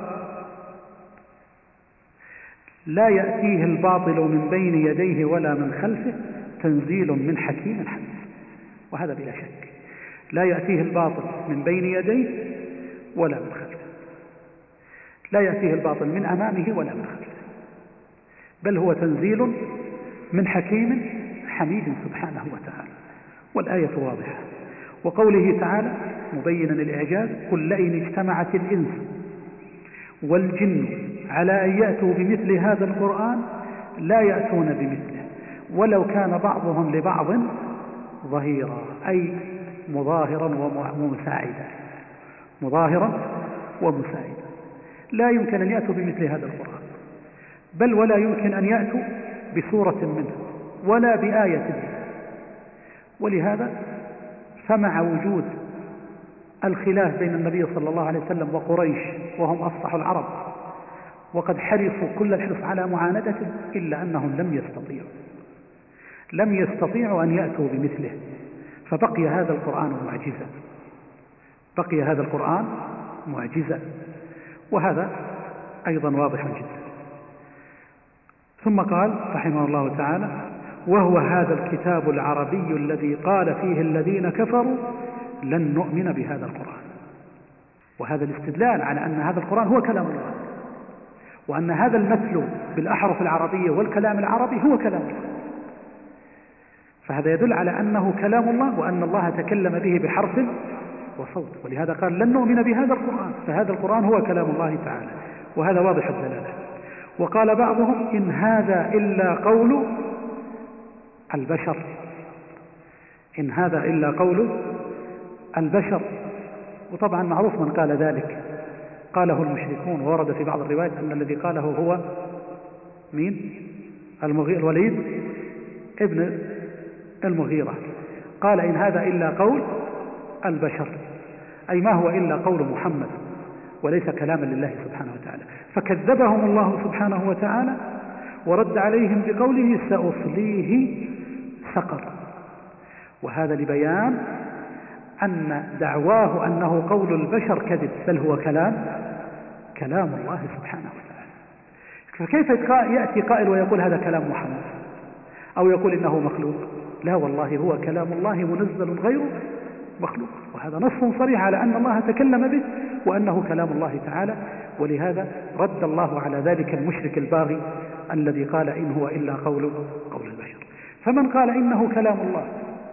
لا يأتيه الباطل من بين يديه ولا من خلفه تنزيل من حكيم حميد. وهذا بلا شك، لا يأتيه الباطل من بين يديه ولا من خلفه، لا يأتيه الباطل من أمامه ولا من خلفه، بل هو تنزيل من حكيم حميد سبحانه وتعالى. والآية واضحة. وقوله تعالى مبينا الإعجاز قل لئن اجتمعت الإنس والجن على أن يأتوا بمثل هذا القرآن لا يأتون بمثله ولو كان بعضهم لبعض ظهيرا، أي مظاهرا ومساعدا، مظاهرا ومساعدا. لا يمكن أن يأتوا بمثل هذا القرآن، بل ولا يمكن أن يأتوا بسورة منه ولا بآية منه. ولهذا فمع وجود الخلاف بين النبي صلى الله عليه وسلم وقريش وهم أفصح العرب، وقد حرصوا كل الحرص على معاندته، إلا أنهم لم يستطيعوا لم يستطيعوا أن يأتوا بمثله، فبقي هذا القرآن معجزا، بقي هذا القرآن معجزا، وهذا أيضا واضح جدا. ثم قال رحمه الله تعالى وهو هذا الكتاب العربي الذي قال فيه الذين كفروا لن نؤمن بهذا القرآن. وهذا الاستدلال على أن هذا القرآن هو كلام الله، وأن هذا المتلو بالأحرف العربية والكلام العربي هو كلام الله، فهذا يدل على أنه كلام الله، وأن الله تكلم به بحرف وصوت. ولهذا قال لن نؤمن بهذا القرآن، فهذا القرآن هو كلام الله تعالى، وهذا واضح الدلالة. وقال بعضهم إن هذا إلا قول البشر، إن هذا إلا قول البشر. وطبعا معروف من قال ذلك قاله المشركون، وورد في بعض الروايات أن الذي قاله هو مين؟ المغيرة، الوليد ابن المغيرة، قال إن هذا إلا قول البشر، أي ما هو إلا قول محمد وليس كلاما لله سبحانه وتعالى. فكذبهم الله سبحانه وتعالى ورد عليهم بقوله سأصليه سقر، وهذا لبيان أن دعواه أنه قول البشر كذب، بل هو كلام كلام الله سبحانه وتعالى. فكيف يأتي قائل ويقول هذا كلام محمد أو يقول إنه مخلوق؟ لا والله، هو كلام الله منزل غير مخلوق، وهذا نص صريح على أن الله تكلم به وأنه كلام الله تعالى. ولهذا رد الله على ذلك المشرك الباغي الذي قال إن هو إلا قول قول البشر. فمن قال إنه كلام الله،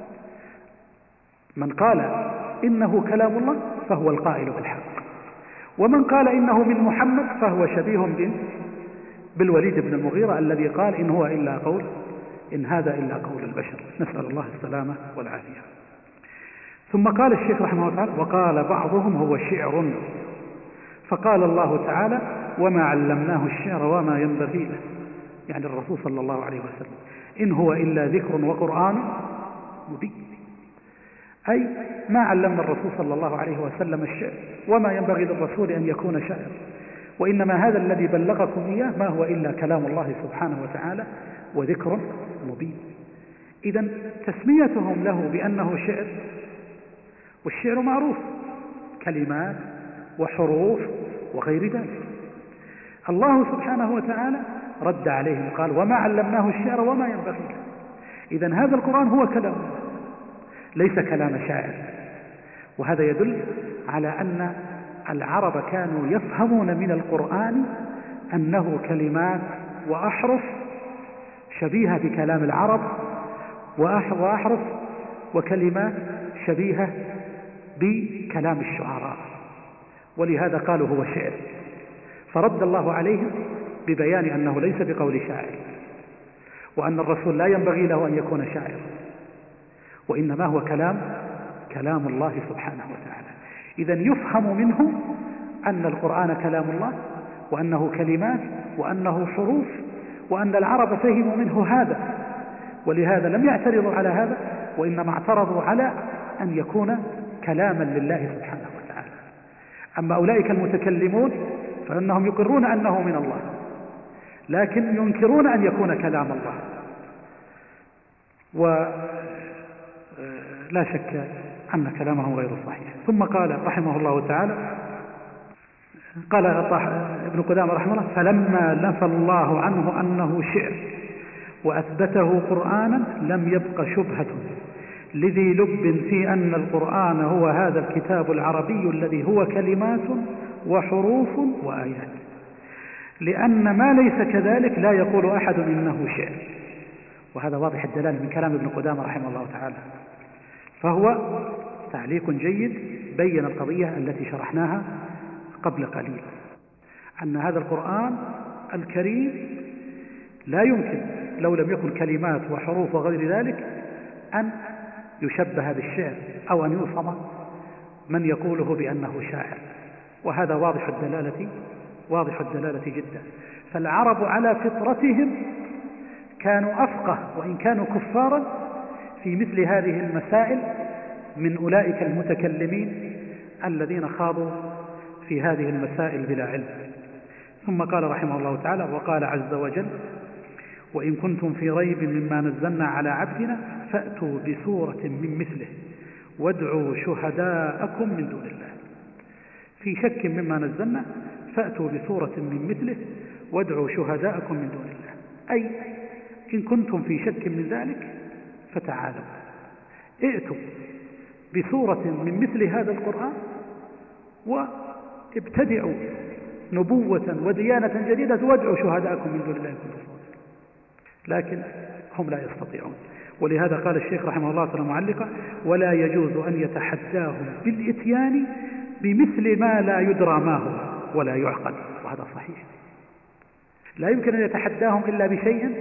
من قال إنه كلام الله فهو القائل بالحق، ومن قال إنه من محمد فهو شبيه بالوليد بن المغيرة الذي قال إن هو إلا قول إن هذا إلا قول البشر. نسأل الله السلامة والعافية. ثم قال الشيخ رحمه الله تعالى وقال بعضهم هو شعر، فقال الله تعالى وما علمناه الشعر وما ينبغي له، يعني الرسول صلى الله عليه وسلم، إن هو إلا ذكر وقرآن مبين، أي ما علمنا الرسول صلى الله عليه وسلم الشعر، وما ينبغي للرسول أن يكون شاعر، وإنما هذا الذي بلغكم إياه ما هو إلا كلام الله سبحانه وتعالى وذكر مبين. إذن تسميتهم له بأنه شعر، والشعر معروف كلمات وحروف وغير ذلك. الله سبحانه وتعالى رد عليهم قال وما علمناه الشعر وما ينبغي له. إذن هذا القرآن هو كلام ليس كلام شاعر، وهذا يدل على أن العرب كانوا يفهمون من القرآن أنه كلمات وأحرف شبيهة بكلام العرب، وأحرف وكلمات شبيهة بكلام الشعراء، ولهذا قالوا هو شعر. فرد الله عليهم ببيان أنه ليس بقول شاعر، وأن الرسول لا ينبغي له أن يكون شاعر، وإنما هو كلام كلام الله سبحانه وتعالى. إذن يفهم منه أن القرآن كلام الله، وأنه كلمات، وأنه حروف، وأن العرب فهموا منه هذا، ولهذا لم يعترضوا على هذا، وإنما اعترضوا على أن يكون كلاما لله سبحانه وتعالى. أما أولئك المتكلمون فإنهم يقرون أنه من الله، لكن ينكرون أن يكون كلام الله، ولا شك أن كلامه غير صحيح. ثم قال رحمه الله تعالى، قال ابن قدامة رحمه الله فلما نفى الله عنه أنه شعر وأثبته قرآنا لم يبق شبهة لذي لب في أن القرآن هو هذا الكتاب العربي الذي هو كلمات وحروف وآيات، لأن ما ليس كذلك لا يقول أحد إنه شعر. وهذا واضح الدلالة من كلام ابن قدامة رحمه الله تعالى، فهو تعليق جيد بين القضية التي شرحناها قبل قليل، أن هذا القرآن الكريم لا يمكن لو لم يكن كلمات وحروف وغير ذلك أن يشبه بالشعر أو أن يوصم من يقوله بأنه شاعر. وهذا واضح الدلالة واضح الدلالة جدا. فالعرب على فطرتهم كانوا أفقه وإن كانوا كفارا في مثل هذه المسائل من أولئك المتكلمين الذين خاضوا في هذه المسائل بلا علم. ثم قال رحمه الله تعالى وقال عز وجل وإن كنتم في ريب مما نزلنا على عبدنا فأتوا بسورة من مثله وادعوا شهداءكم من دون الله. في شك مما نزلنا فأتوا بسورة من مثله وادعوا شهداءكم من دون الله، أي إن كنتم في شك من ذلك فتعالوا ائتوا بسورة من مثل هذا القرآن وابتدعوا نبوة وديانة جديدة وادعوا شهداءكم من دون الله إن كنتم صادقين. لكن هم لا يستطيعون. ولهذا قال الشيخ رحمه الله تعالى معلقا ولا يجوز أن يتحداهم بالإتيان بمثل ما لا يدرى ما هو ولا يعقل. وهذا صحيح، لا يمكن أن يتحداهم إلا بشيء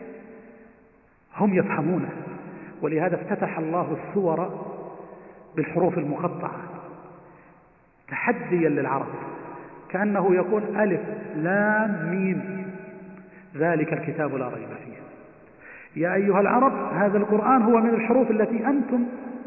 هم يفهمونه. ولهذا افتتح الله السور بالحروف المقطعة تحديا للعرب كأنه يقول ألف لام ميم ذلك الكتاب لا ريب فيه. يا أيها العرب هذا القرآن هو من الحروف التي أنتم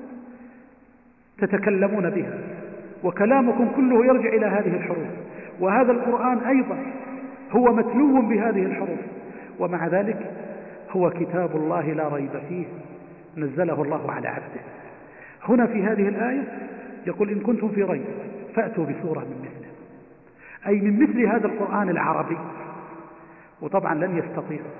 تتكلمون بها، وكلامكم كله يرجع إلى هذه الحروف، وهذا القرآن أيضا هو متلو بهذه الحروف، ومع ذلك هو كتاب الله لا ريب فيه نزله الله على عبده. هنا في هذه الآية يقول إن كنتم في ريب فأتوا بسورة من مثله، أي من مثل هذا القرآن العربي. وطبعا لن يستطيعوا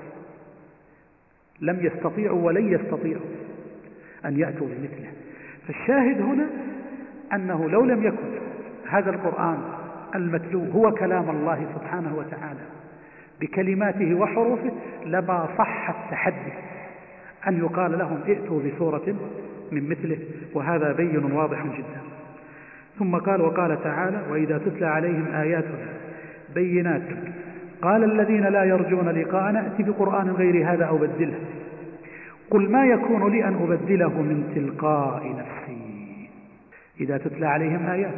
لم يستطيعوا ولن يستطيعوا أن يأتوا بمثله. فالشاهد هنا أنه لو لم يكن هذا القرآن المتلو هو كلام الله سبحانه وتعالى بكلماته وحروفه لما صح التحدي أن يقال لهم ائتوا بسورة من مثله، وهذا بين واضح جدا. ثم قال وقال تعالى وإذا تتلى عليهم آياتنا بينات قال الذين لا يرجون لقاءنا ائت بقرآن غير هذا أو بدله قل ما يكون لي أن أبدله من تلقاء نفسي. إذا تتلى عليهم آيات،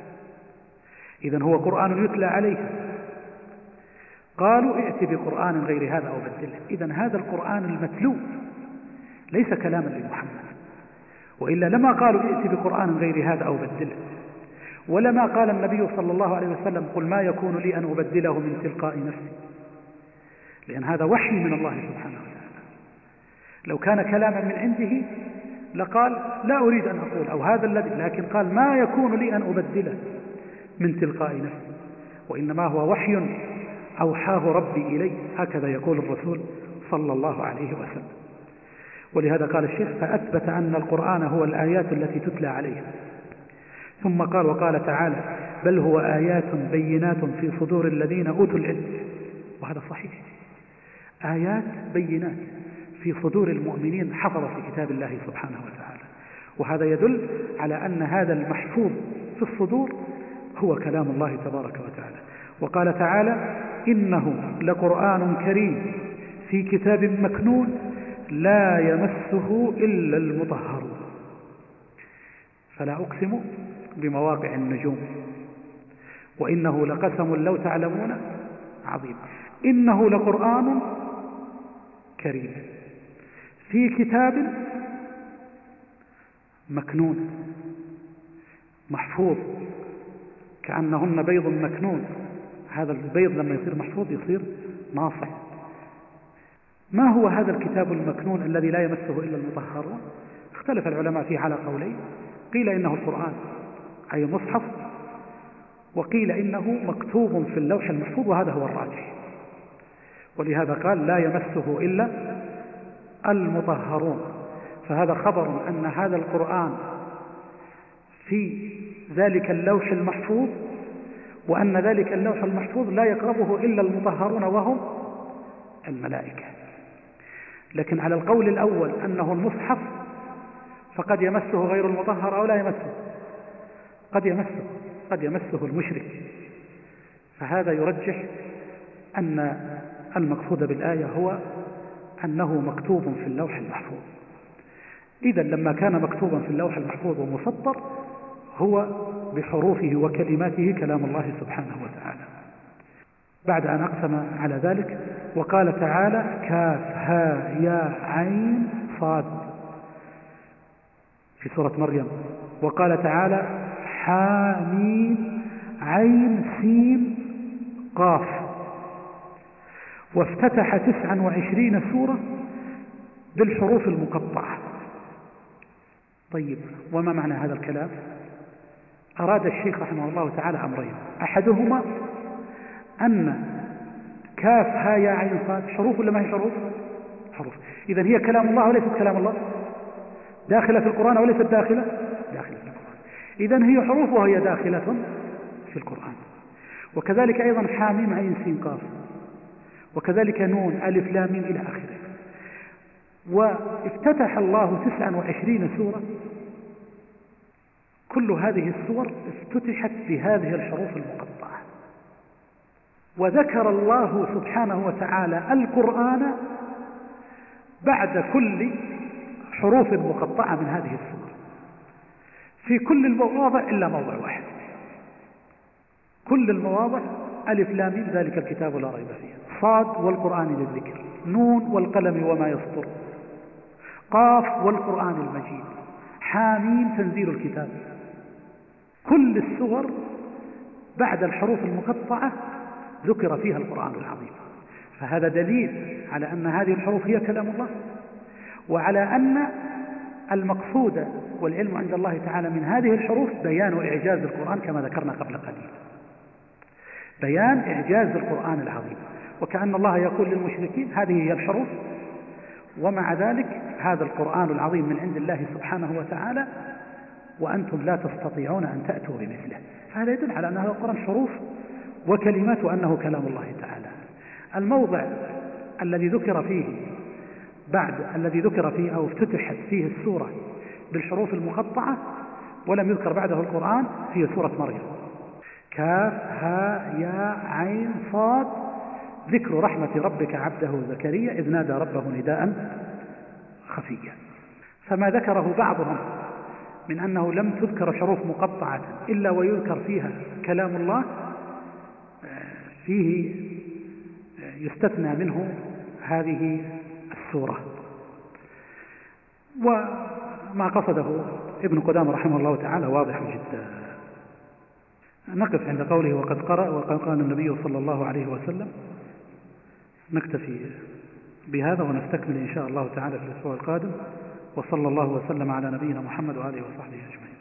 إذن هو قرآن يتلى عليهم، قالوا ائت بقرآن غير هذا أو بدله. إذن هذا القرآن المتلو ليس كلاما لمحمد، وإلا لما قالوا ائت بقرآن غير هذا أو بدله، ولما قال النبي صلى الله عليه وسلم قل ما يكون لي أن أبدله من تلقاء نفسي، لأن هذا وحي من الله سبحانه وتعالى. لو كان كلاما من عنده لقال لا أريد أن أقول أو هذا الذي، لكن قال ما يكون لي أن أبدله من تلقاء نفسي، وإنما هو وحي أوحاه ربي إلي، هكذا يقول الرسول صلى الله عليه وسلم. ولهذا قال الشيخ فأثبت أن القرآن هو الآيات التي تتلى عليها. ثم قال وقال تعالى بل هو آيات بينات في صدور الذين أوتوا العلم، وهذا صحيح، آيات بينات في صدور المؤمنين حفظ في كتاب الله سبحانه وتعالى، وهذا يدل على أن هذا المحفوظ في الصدور هو كلام الله تبارك وتعالى. وقال تعالى إنه لقرآن كريم في كتاب مكنون لا يمسه إلا المطهرون. فلا أقسم بمواقع النجوم وإنه لقسم لو تعلمون عظيم. إنه لقرآن كريم في كتاب مكنون، محفوظ، كأنهن بيض مكنون. هذا البيض لما يصير محفوظ يصير ناصع. ما هو هذا الكتاب المكنون الذي لا يمسه إلا المطهرون؟ اختلف العلماء فيه على قولين، قيل إنه القرآن أي مصحف، وقيل إنه مكتوب في اللوح المحفوظ، وهذا هو الراجح. ولهذا قال لا يمسه إلا المطهرون، فهذا خبر أن هذا القرآن في ذلك اللوح المحفوظ، وأن ذلك اللوح المحفوظ لا يقربه إلا المطهرون وهم الملائكة. لكن على القول الأول أنه المصحف فقد يمسه غير المطهر أو لا يمسه، قد يمسه قد يمسه المشرك، فهذا يرجح أن المقصود بالآية هو أنه مكتوب في اللوح المحفوظ. إذا لما كان مكتوبا في اللوح المحفوظ ومسطر هو بحروفه وكلماته كلام الله سبحانه وتعالى. بعد أن أقسم على ذلك وقال تعالى كاف ها يا عين صاد في سورة مريم، وقال تعالى حاميم عين سين قاف، وافتتح تسعا وعشرين سورة بالحروف المقطعة. طيب وما معنى هذا الكلام؟ أراد الشيخ رحمه الله تعالى أمرين، أحدهما أن كاف ها يا عين صاد حروف ولا ما هي حروف؟ حروف. إذن هي كلام الله وليست كلام الله، داخلة في القرآن وليست داخلة داخلة في القرآن. إذن هي حروف وهي داخلة في القرآن. وكذلك أيضا حاميم عين سين قاف، وكذلك نون ألف لام ميم إلى آخره. وافتتح الله تسعا وعشرين سورة، كل هذه السور افتتحت بهذه الحروف المقطعة. وذكر الله سبحانه وتعالى القرآن بعد كل حروف مقطعة من هذه السور في كل المواضع إلا موضع واحد. كل المواضع ألف لام ميم ذلك الكتاب لا ريب فيه، صاد والقرآن للذكر، نون والقلم وما يسطر، قاف والقرآن المجيد، حاميم تنزيل الكتاب. كل السور بعد الحروف المقطعة ذكر فيها القرآن العظيم، فهذا دليل على أن هذه الحروف هي كلام الله، وعلى أن المقصود والعلم عند الله تعالى من هذه الحروف بيان إعجاز القرآن كما ذكرنا قبل قليل، بيان إعجاز القرآن العظيم. وكأن الله يقول للمشركين هذه هي الحروف، ومع ذلك هذا القرآن العظيم من عند الله سبحانه وتعالى وأنتم لا تستطيعون أن تأتوا بمثله. فهذا يدل على أن هذا القرآن حروف وكلمات وأنه كلام الله تعالى. الموضع الذي ذكر فيه بعد الذي ذكر فيه أو افتتحت فيه السورة بالحروف المقطعة ولم يذكر بعده القرآن هي سورة مريم، كاف ها يا عين صاد، ذكر رحمة ربك عبده زكريا إذ نادى ربه نداء خفيا. فما ذكره بعضهم من أنه لم تذكر حروف مقطعة إلا ويذكر فيها كلام الله فيه يستثنى منه هذه السورة. وما قصده ابن قدامة رحمه الله تعالى واضح جدا. نقف عند قوله وقد قرأ وقد قال النبي صلى الله عليه وسلم. نكتفي بهذا ونستكمل إن شاء الله تعالى في الأسبوع القادم، وصلى الله وسلم على نبينا محمد وآله وصحبه أجمعين.